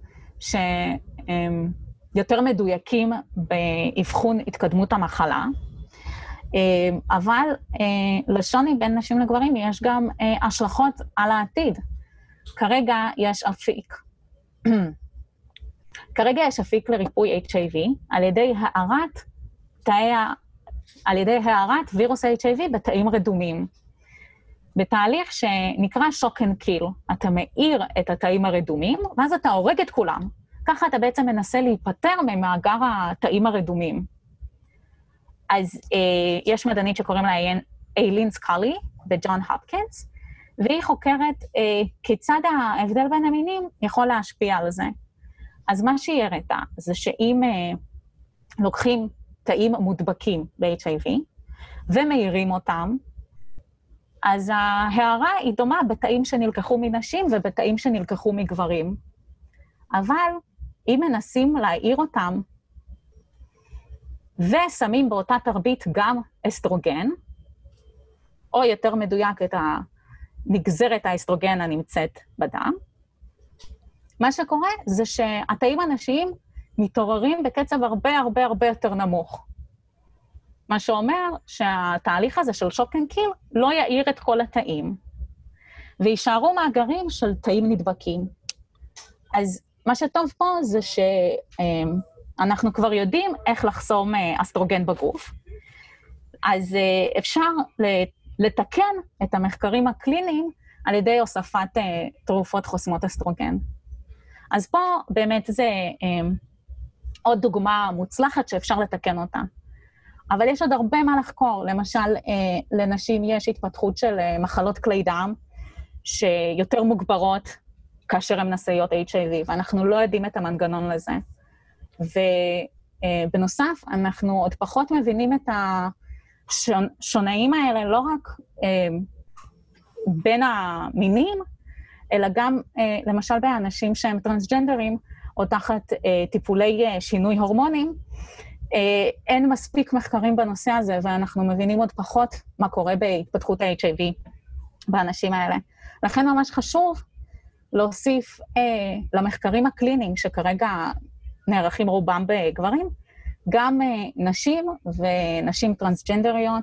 שיותר מדויקים באבחון התקדמות המחלה. אבל לשוני בין נשים לגברים יש גם השלכות על העתיד. כרגע יש אפיק. כרגע יש אפיק לריפוי אייץ' איי וי על ידי הערת תאי, על ידי הערת וירוס אייץ' איי וי בתאים רדומים. בתהליך שנקרא shock and kill, אתה מאיר את התאים הרדומים, ואז אתה הורג את כולם. ככה אתה בעצם מנסה להיפטר ממאגר התאים הרדומים. אז אה, יש מדענית שקוראים לה איילין סקאלי, בג'ון הופקינס, והיא חוקרת אה, כיצד ההבדל בין המינים יכול להשפיע על זה. אז מה שהיא הראתה, זה שאם אה, לוקחים תאים מודבקים ב-אייץ' איי וי, ומאירים אותם, אז ההערה היא דומה בתאים שנלקחו מנשים ובתאים שנלקחו מגברים. אבל אם מנסים להאיר אותם, ושמים באותה תרבית גם אסטרוגן, או יותר מדויק את הנגזרת האסטרוגן הנמצאת בדם, מה שקורה זה שהתאים הנשיים מתעוררים בקצב הרבה הרבה הרבה יותר נמוך. מה שאומר שהתהליך הזה של shock and kill לא יאיר את כל התאים, וישארו מאגרים של תאים נדבקים. אז מה שטוב פה זה שאנחנו כבר יודעים איך לחסום אסטרוגן בגוף, אז אפשר לתקן את המחקרים הקליניים על ידי הוספת תרופות חוסמות אסטרוגן. אז פה באמת זה עוד דוגמה מוצלחת שאפשר לתקן אותה. אבל יש עוד הרבה מה לחקור. למשל, לנשים יש התפתחות של מחלות כלי דם, שיותר מוגברות כאשר הן נשאיות אייץ' איי וי, ואנחנו לא יודעים את המנגנון לזה. ובנוסף, אנחנו עוד פחות מבינים את השונאים האלה, לא רק בין המינים, אלא גם, למשל, באנשים שהם טרנסג'נדרים, או תחת טיפולי שינוי הורמונים, אין מספיק מחקרים בנושא הזה, ואנחנו מבינים עוד פחות מה קורה בהתפתחות ה-אייץ' איי וי באנשים האלה. לכן ממש חשוב להוסיף אה, למחקרים הקליניים, שכרגע נערכים רובם בגברים, גם אה, נשים ונשים טרנסג'נדריות,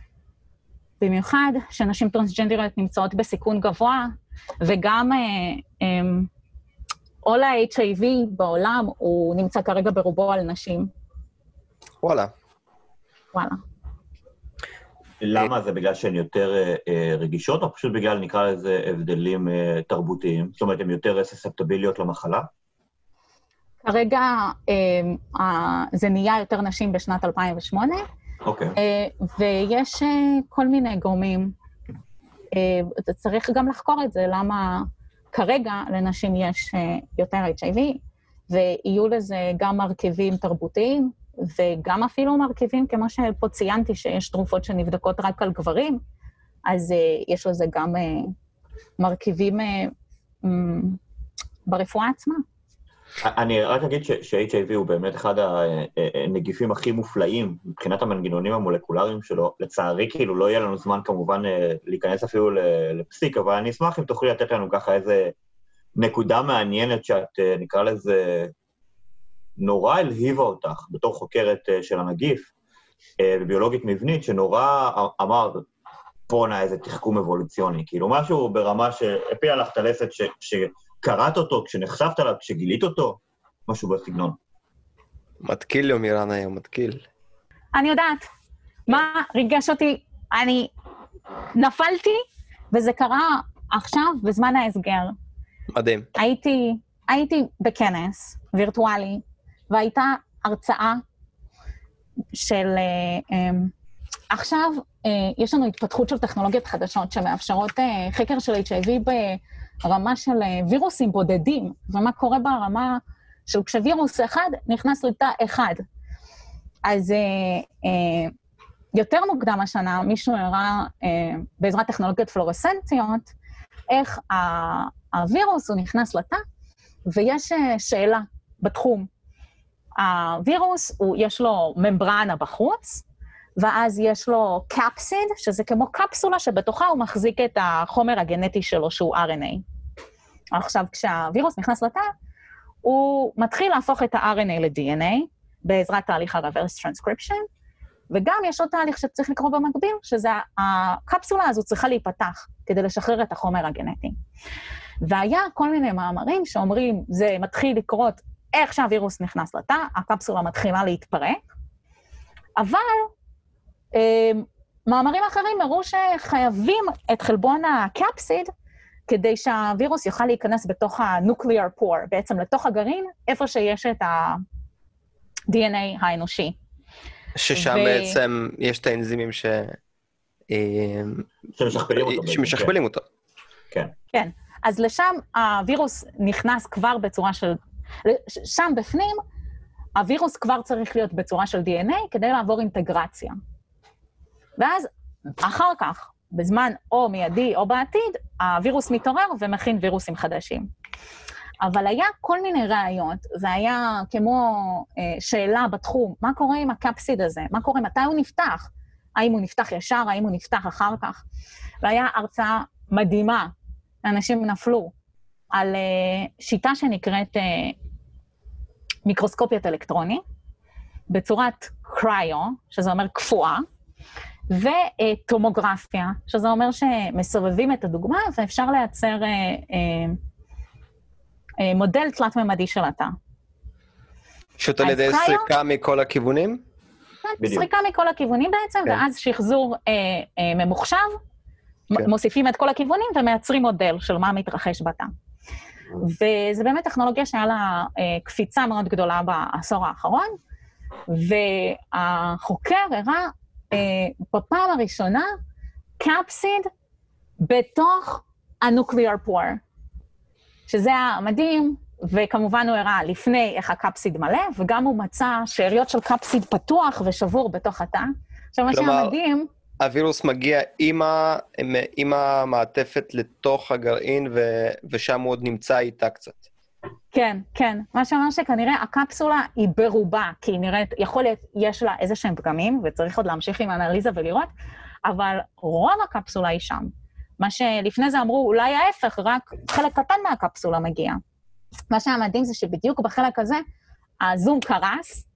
במיוחד שנשים טרנסג'נדריות נמצאות בסיכון גבוה, וגם אה, אה, all ה-אייץ' איי וי בעולם הוא נמצא כרגע ברובו על נשים. וואלה. וואלה. למה? זה בגלל שהן יותר אה, רגישות, או פשוט בגלל, נקרא לזה, הבדלים אה, תרבותיים? זאת אומרת, הן יותר סספטביליות למחלה? כרגע אה, אה, זה נהיה יותר נשים בשנת אלפיים ושמונה, אוקיי. אה, ויש אה, כל מיני גורמים. אה, צריך גם לחקור את זה, למה כרגע לנשים יש אה, יותר אייץ' איי וי, ויהיו לזה גם מרכיבים תרבותיים, וגם אפילו מרכיבים, כמו שפה ציינתי, שיש תרופות שנבדקות רק על גברים, אז uh, יש לזה גם uh, מרכיבים uh, um, ברפואה עצמה. אני רק אגיד ש-אייץ' איי וי הוא באמת אחד הנגיפים הכי מופלאים, מבחינת המנגנונים המולקולריים שלו. לצערי, כאילו, לא יהיה לנו זמן כמובן להיכנס אפילו לפסיק, אבל אני אשמח אם תוכלי לתת לנו ככה איזה נקודה מעניינת שאת, נקרא לזה, נורא הלהיבה אותך בתור חוקרת של הנגיף, בביולוגית מבנית, שנורא אמר, פה נע איזה תחכום אבולוציוני, כאילו משהו ברמה שהפילה לך את הלסת ש, שקראת אותו, כשנחשפת עליו, כשגילית אותו, משהו בסגנון. מתקיל יומירן היום, מתקיל. אני יודעת, מה ריגש אותי, אני נפלתי, וזה קרה עכשיו בזמן ההסגר. מדהים. הייתי, הייתי בכנס וירטואלי, והייתה הרצאה של, עכשיו יש לנו התפתחות של טכנולוגיות חדשות שמאפשרות חקר של אייץ' איי וי ברמה של וירוסים בודדים, ומה קורה ברמה של כשווירוס אחד נכנס לתא אחד. אז יותר מוקדם השנה מישהו הראה בעזרת טכנולוגיות פלורסנטיות, איך הווירוס הוא נכנס לתא, ויש שאלה בתחום. הווירוס, הוא, יש לו ממברנה בחוץ, ואז יש לו קפסיד, שזה כמו קפסולה שבתוכה הוא מחזיק את החומר הגנטי שלו, שהוא אר אן איי. עכשיו, כשהווירוס נכנס לתא, הוא מתחיל להפוך את ה-אר אן איי ל-די אן איי, בעזרת תהליך ה-reverse transcription, וגם יש עוד תהליך שצריך לקרוא במקביל, שזה הקפסולה הזו צריכה להיפתח כדי לשחרר את החומר הגנטי. והיה כל מיני מאמרים שאומרים, זה מתחיל לקרות איך שהווירוס נכנס לתא, הקפסולה מתחילה להתפרק, אבל אה, מאמרים אחרים הראו שחייבים את חלבון הקפסיד, כדי שהווירוס יוכל להיכנס בתוך ה-nuclear pore, בעצם לתוך הגרעין, איפה שיש את ה-די אן איי האנושי. ששם ו... בעצם יש את האנזימים ש... שמשכפלים אותו. שמשכפלים אותו. כן. כן. אז לשם הווירוס נכנס כבר בצורה של... שם בפנים, הווירוס כבר צריך להיות בצורה של די אן איי כדי לעבור אינטגרציה. ואז אחר כך, בזמן או מיידי או בעתיד, הווירוס מתעורר ומכין וירוסים חדשים. אבל היה כל מיני רעיונות, זה היה כמו אה, שאלה בתחום, מה קורה עם הקפסיד הזה? מה קורה, מתי הוא נפתח? האם הוא נפתח ישר, האם הוא נפתח אחר כך? והיה הרצאה מדהימה, אנשים נפלו, על אה, שיטה שנקראת אה, מיקרוסקופיות אלקטרוני, בצורת קריו, שזה אומר קפואה, וטומוגרפיה, שזה אומר שמסובבים את הדוגמה, ואפשר לייצר אה, אה, אה, מודל תלת-ממדי של התא. פשוט על ידי סריקה מכל הכיוונים? כן, סריקה מכל הכיוונים בעצם, כן. ואז שחזור אה, אה, ממוחשב, כן. מוסיפים את כל הכיוונים ומייצרים מודל של מה מתרחש בתא. וזה באמת טכנולוגיה שהיה לה אה, קפיצה מאוד גדולה בעשור האחרון, והחוקר הראה, Uh, בפעם הראשונה, קפסיד בתוך ה-nuclear pore, שזה היה מדהים, וכמובן הוא הראה לפני איך הקפסיד מלא, וגם הוא מצא שאריות של קפסיד פתוח ושבור בתוך התא. עכשיו, מה שהיה מדהים... הווירוס מגיע עם, ה... עם המעטפת לתוך הגרעין, ו... ושם הוא עוד נמצא איתה קצת. כן, כן. מה שאומר שכנראה הקפסולה היא ברובה, כי היא נראית, יכול להיות, יש לה איזה שהם פגמים, וצריך עוד להמשיך עם האנליזה ולראות, אבל רוב הקפסולה היא שם. מה שלפני זה אמרו, אולי ההפך, רק חלק קטן מהקפסולה מגיע. מה שהיה מדהים זה שבדיוק בחלק הזה, הזום קרס,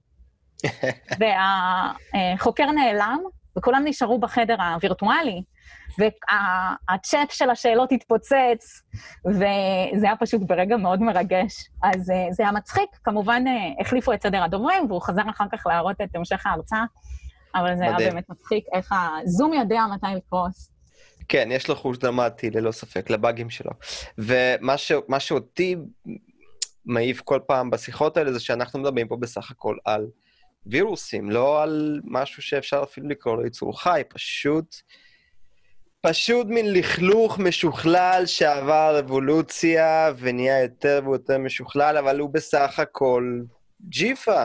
והחוקר נעלם, וכולם נשארו בחדר הווירטואלי, והצ'אט של השאלות התפוצץ, וזה היה פשוט ברגע מאוד מרגש. אז זה היה מצחיק, כמובן החליפו את סדר הדוברים, והוא חזר אחר כך להראות את המשך ההרצאה, אבל זה היה באמת מצחיק, איך הזום יודע מתי לקרוס. כן, יש לו חוש דרמטי, ללא ספק, לבאגים שלו. ומה ש... מה שאותי מעיף כל פעם בשיחות האלה, זה שאנחנו מדברים פה בסך הכל על וירוסים, לא על משהו שאפשר אפילו לקרוא לו יצור חי, פשוט... פשוט מין לכלוך משוכלל שעבר אבולוציה ונהיה יותר ויותר משוכלל, אבל הוא בסך הכל ג'יפה.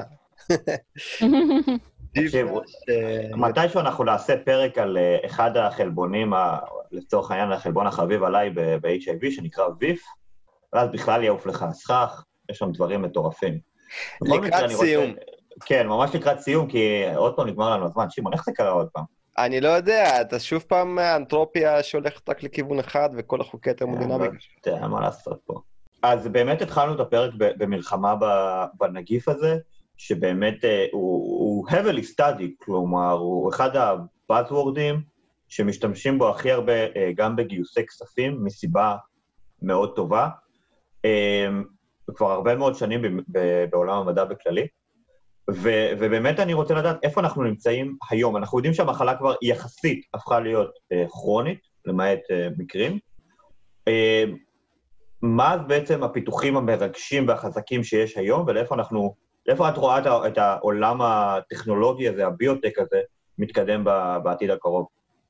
תקשיבו, מתישהו אנחנו נעשה פרק על אחד החלבונים, לצורך העניין החלבון החביב עליי ב-אייץ' איי וי, שנקרא ויף, ואז בכלל יעוף לך הסכך, יש שם דברים מטורפים. לקראת סיום. כן, ממש לקראת סיום, כי עוד פעם נגמר לנו הזמן. שמעון, איך זה קרה עוד פעם? אני לא יודע, אתה שוב פעם אנתרופיה שהולכת רק לכיוון אחד, וכל החוקי התרמודינמיקה. אתה יודע, מה לעשות פה. אז באמת התחלנו את הפרק במלחמה בנגיף הזה, שבאמת הוא heavily studied, כלומר, הוא אחד הבאזוורדים שמשתמשים בו הכי הרבה גם בגיוסי כספים, מסיבה מאוד טובה, וכבר הרבה מאוד שנים בעולם המדע בכללי. ו- ובאמת אני רוצה לדעת איפה אנחנו נמצאים היום. אנחנו יודעים שהמחלה כבר יחסית הפכה להיות אה, כרונית, למעט אה, מקרים. אה, מה בעצם הפיתוחים המרגשים והחזקים שיש היום, ולאיפה אנחנו, לאיפה את רואה את, את העולם הטכנולוגי הזה, הביוטק הזה, מתקדם ב- בעתיד הקרוב?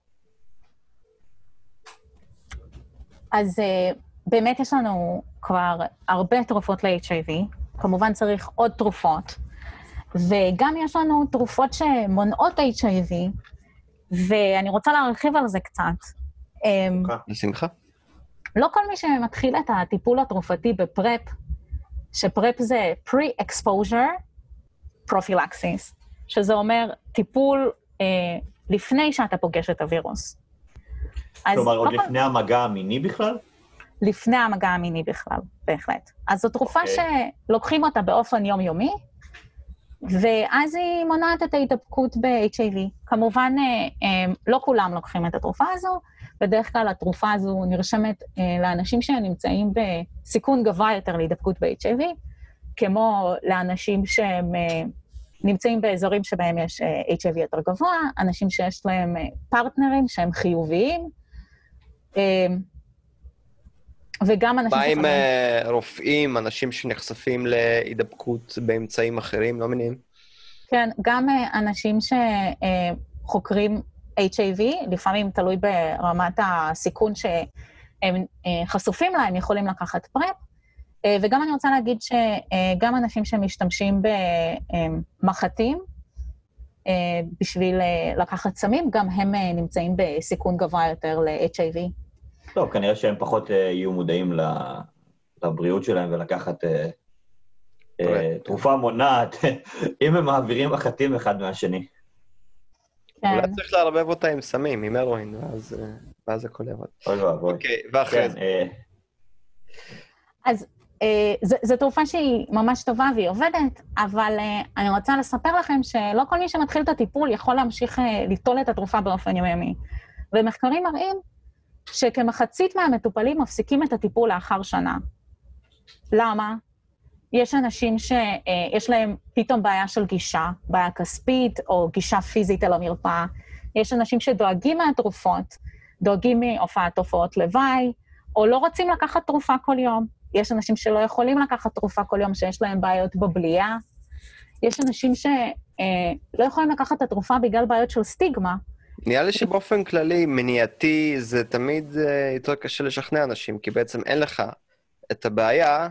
אז אה, באמת יש לנו כבר הרבה תרופות ל-אייץ' איי וי, כמובן צריך עוד תרופות, וגם יש לנו תרופות שמונעות אייץ' איי וי, ואני רוצה להרחיב על זה קצת. בשמחה. לא כל מי שמתחיל את הטיפול התרופתי בפרפ, שפרפ זה pre-exposure prophylaxis, שזה אומר טיפול אה, לפני שאתה פוגש את הווירוס. כלומר, עוד לפני המגע המיני בכלל? לפני המגע המיני בכלל, בהחלט. אז זו תרופה okay. שלוקחים אותה באופן יומיומי, ואז היא מונעת את ההידבקות ב-אייץ' איי וי. כמובן, לא כולם לוקחים את התרופה הזו, בדרך כלל התרופה הזו נרשמת לאנשים שנמצאים בסיכון גבוה יותר להידבקות ב-אייץ' איי וי, כמו לאנשים שהם נמצאים באזורים שבהם יש אייץ' איי וי יותר גבוה, אנשים שיש להם פרטנרים שהם חיוביים, וגם אנשים... מה עם רופאים, אנשים שנחשפים להידבקות באמצעים אחרים, לא מבינים? כן, גם אנשים שחוקרים אייץ' איי וי, לפעמים תלוי ברמת הסיכון שהם חשופים לה, הם יכולים לקחת פרפ, וגם אני רוצה להגיד שגם אנשים שמשתמשים במחטים, בשביל לקחת סמים, גם הם נמצאים בסיכון גבוה יותר ל-אייץ' איי וי. טוב, כנראה שהם פחות יהיו מודעים לבריאות שלהם ולקחת תרופה מונעת, אם הם מעבירים מחטים אחד מהשני. אולי צריך לערבב אותה עם סמים, עם הרואין, ואז הכל יעבוד. אוי ואבוי. אוקיי, ואחרי זה. אז זו תרופה שהיא ממש טובה והיא עובדת, אבל אני רוצה לספר לכם שלא כל מי שמתחיל את הטיפול יכול להמשיך ליטול את התרופה באופן יומיומי. ומחקרים מראים שכמחצית מהמטופלים מפסיקים את הטיפול לאחר שנה. למה? יש אנשים שיש להם פתאום בעיה של גישה, בעיה כספית או גישה פיזית אל המרפאה. יש אנשים שדואגים מהתרופות, דואגים מהופעת תופעות לוואי, או לא רוצים לקחת תרופה כל יום. יש אנשים שלא יכולים לקחת תרופה כל יום, שיש להם בעיות בבליעה. יש אנשים שלא יכולים לקחת את התרופה בגלל בעיות של סטיגמה. נראה לי שבאופן כללי, מניעתי, זה תמיד יותר קשה לשכנע אנשים, כי בעצם אין לך את הבעיה,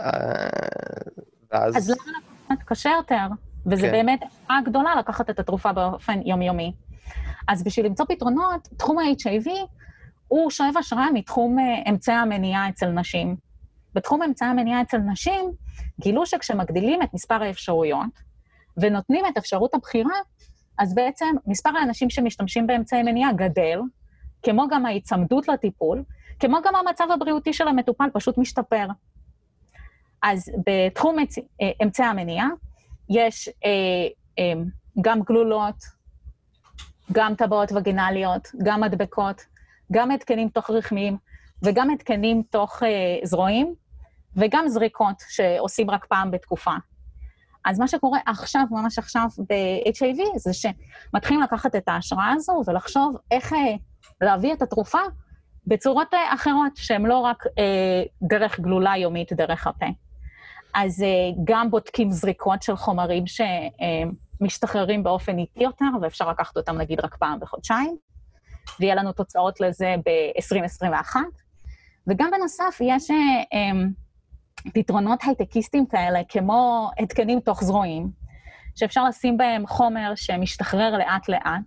ואז... אז למה לקחת קשה יותר? וזה באמת הערה גדולה לקחת את התרופה באופן יומיומי. אז בשביל למצוא פתרונות, תחום ה-אייץ' איי וי הוא שואב השראה מתחום אמצעי המניעה אצל נשים. בתחום אמצעי המניעה אצל נשים, גילו שכשמגדילים את מספר האפשרויות, ונותנים את אפשרות הבחירה, אז בעצם מספר האנשים שמשתמשים באמצעי מניעה גדל, כמו גם ההצמדות לטיפול, כמו גם המצב הבריאותי של המטופל פשוט משתפר. אז בתחום אמצעי המניעה, יש אה, אה, גם גלולות, גם טבעות וגינליות, גם מדבקות, גם התקנים תוך רחמיים, וגם התקנים תוך אה, זרועים, וגם זריקות שעושים רק פעם בתקופה. אז מה שקורה עכשיו, ממש עכשיו ב-אייץ' איי וי, זה שמתחילים לקחת את ההשראה הזו ולחשוב איך אה, להביא את התרופה בצורות אה, אחרות, שהן לא רק אה, דרך גלולה יומית, דרך הפה. אז אה, גם בודקים זריקות של חומרים שמשתחררים אה, באופן איטי יותר, ואפשר לקחת אותם נגיד רק פעם בחודשיים, ויהיה לנו תוצאות לזה ב-עשרים עשרים ואחת. וגם בנוסף יש אה, אה, פתרונות הייטקיסטים כאלה, כמו התקנים תוך זרועים, שאפשר לשים בהם חומר שמשתחרר לאט-לאט,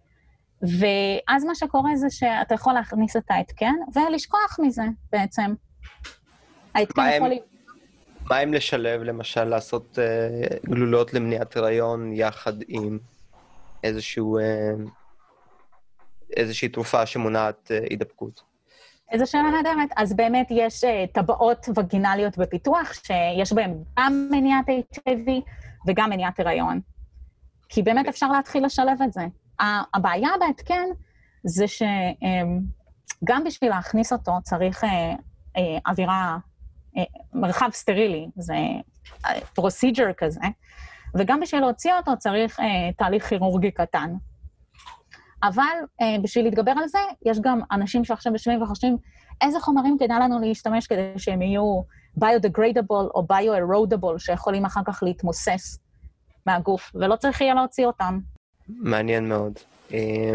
ואז מה שקורה זה שאתה יכול להכניס את ההתקן, ולשכוח מזה בעצם. ההתקן יכול... מה אם לשלב, למשל, לעשות uh, גלולות למניעת הריון יחד עם איזשהו, uh, איזושהי תרופה שמונעת uh, הידבקות? איזו שאלה נהדרת. אז באמת יש uh, טבעות וגינליות בפיתוח, שיש בהן גם מניעת אייץ' איי וי וגם מניעת הריון. כי באמת אפשר להתחיל לשלב את זה. הבעיה בהתקן זה שגם בשביל להכניס אותו צריך uh, uh, אווירה, uh, מרחב סטרילי, זה פרוסיג'ר כזה, וגם בשביל להוציא אותו צריך uh, תהליך כירורגי קטן. אבל uh, בשביל להתגבר על זה, יש גם אנשים שעכשיו יושבים וחושבים, איזה חומרים כדאי לנו להשתמש כדי שהם יהיו biodegradable או bioerodible, שיכולים אחר כך להתמוסס מהגוף, ולא צריך יהיה להוציא אותם. מעניין מאוד. Um,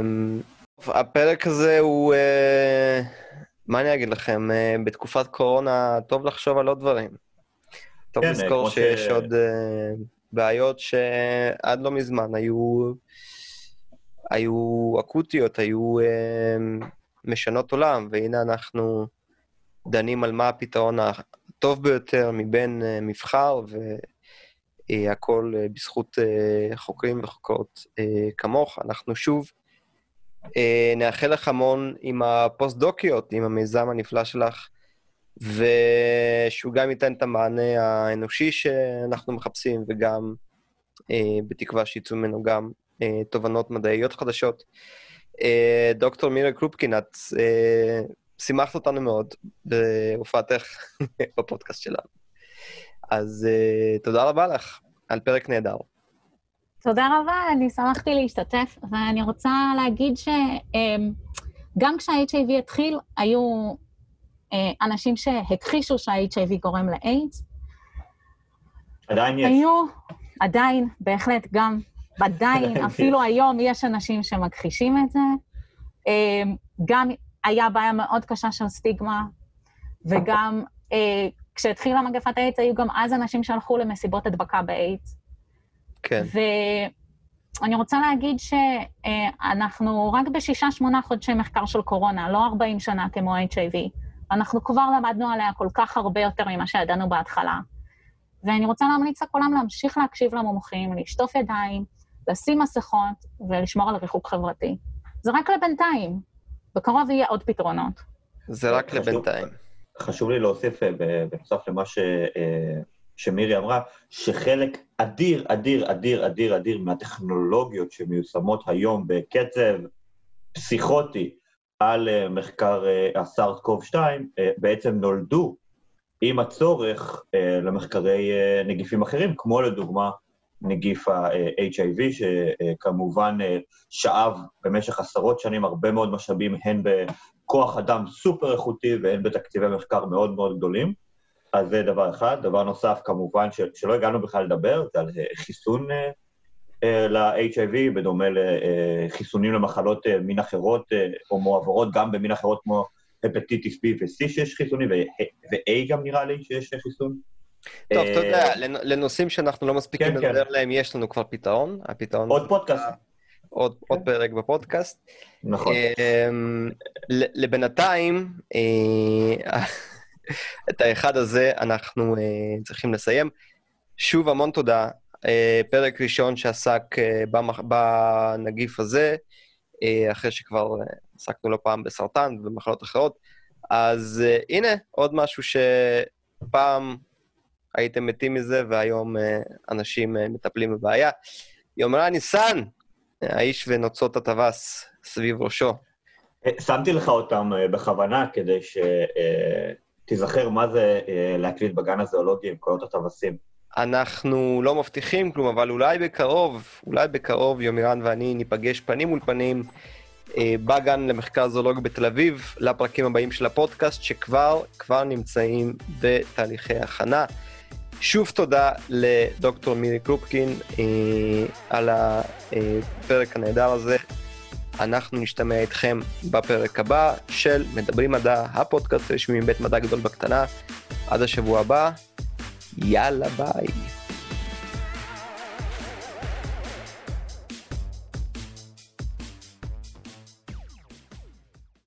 הפרק הזה הוא, uh, מה אני אגיד לכם, uh, בתקופת קורונה טוב לחשוב על עוד דברים. טוב כן, לזכור שיש ש... עוד uh, בעיות שעד לא מזמן היו... היו אקוטיות, היו אה, משנות עולם, והנה אנחנו דנים על מה הפתרון הטוב ביותר מבין אה, מבחר, והכל אה, בזכות אה, חוקרים וחוקרות אה, כמוך. אנחנו שוב אה, נאחל לך המון עם הפוסט-דוקיות, עם המיזם הנפלא שלך, ושהוא גם ייתן את המענה האנושי שאנחנו מחפשים, וגם בתקווה שיצאו ממנו גם תובנות מדעיות חדשות. דוקטור מירי קרופקין, את שימחת אותנו מאוד בהופעתך בפודקאסט שלנו. אז תודה רבה לך על פרק נהדר. תודה רבה, אני שמחתי להשתתף, ואני רוצה להגיד שגם כשה-אייץ' איי וי התחיל, היו אנשים שהכחישו שה-אייץ' איי וי גורם לאיידס. עדיין יש. היו, עדיין, בהחלט, גם עדיין, אפילו היום יש אנשים שמכחישים את זה. גם היה בעיה מאוד קשה של סטיגמה, וגם כשהתחילה מגפת האיידס, היו גם אז אנשים שהלכו למסיבות הדבקה באיידס. כן. ואני רוצה להגיד שאנחנו רק בשישה שמונה חודשי מחקר של קורונה, לא ארבעים שנה כמו ה-אייץ' איי וי. אנחנו כבר למדנו עליה כל כך הרבה יותר ממה שידענו בהתחלה. ואני רוצה להמליץ לכולם להמשיך להקשיב למומחים, לשטוף ידיים, לשים מסכות ולשמור על ריחוק חברתי. זה רק לבינתיים. בקרוב יהיה עוד פתרונות. זה רק חשוב, לבינתיים. חשוב לי להוסיף בנוסף למה ש... שמירי אמרה, שחלק אדיר, אדיר, אדיר, אדיר, אדיר מהטכנולוגיות שמיושמות היום בקצב פסיכוטי על מחקר הסארס קוב שתיים, בעצם נולדו עם הצורך למחקרי נגיפים אחרים, כמו לדוגמה נגיף ה-אייץ' איי וי, שכמובן שאב במשך עשרות שנים הרבה מאוד משאבים, הן בכוח אדם סופר איכותי, והן בתקציבי מחקר מאוד מאוד גדולים. אז זה דבר אחד. דבר נוסף, כמובן, שלא הגענו בכלל לדבר, זה על חיסון ל-אייץ' איי וי, בדומה לחיסונים למחלות מין אחרות, או מועברות גם במין אחרות כמו הפטיטיס B ו-C שיש חיסונים, ו-A גם נראה לי שיש חיסון. טוב, אתה יודע, לנושאים שאנחנו לא מספיקים לדבר להם, יש לנו כבר פתרון. עוד פודקאסט. עוד פרק בפודקאסט. נכון. לבינתיים, את האחד הזה אנחנו צריכים לסיים. שוב המון תודה. פרק ראשון שעסק בנגיף הזה, אחרי שכבר עסקנו לא פעם בסרטן ובמחלות אחרות. אז הנה, עוד משהו שפעם הייתם מתים מזה, והיום אנשים מטפלים בבעיה. יומרה ניסן, האיש ונוצות הטווס סביב ראשו. שמתי לך אותם בכוונה, כדי שתיזכר מה זה להקליט בגן הזואולוגי עם קולות הטווסים. אנחנו לא מבטיחים כלום, אבל אולי בקרוב, אולי בקרוב יומירן ואני ניפגש פנים מול פנים בגן למחקר זואולוגי בתל אביב, לפרקים הבאים של הפודקאסט, שכבר כבר נמצאים בתהליכי הכנה. שוב תודה לדוקטור מירי קרופקין אה, על הפרק הנהדר הזה. אנחנו נשתמע איתכם בפרק הבא של מדברים מדע, הפודקאסט הרשמי מבית מדע גדול בקטנה. עד השבוע הבא, יאללה ביי.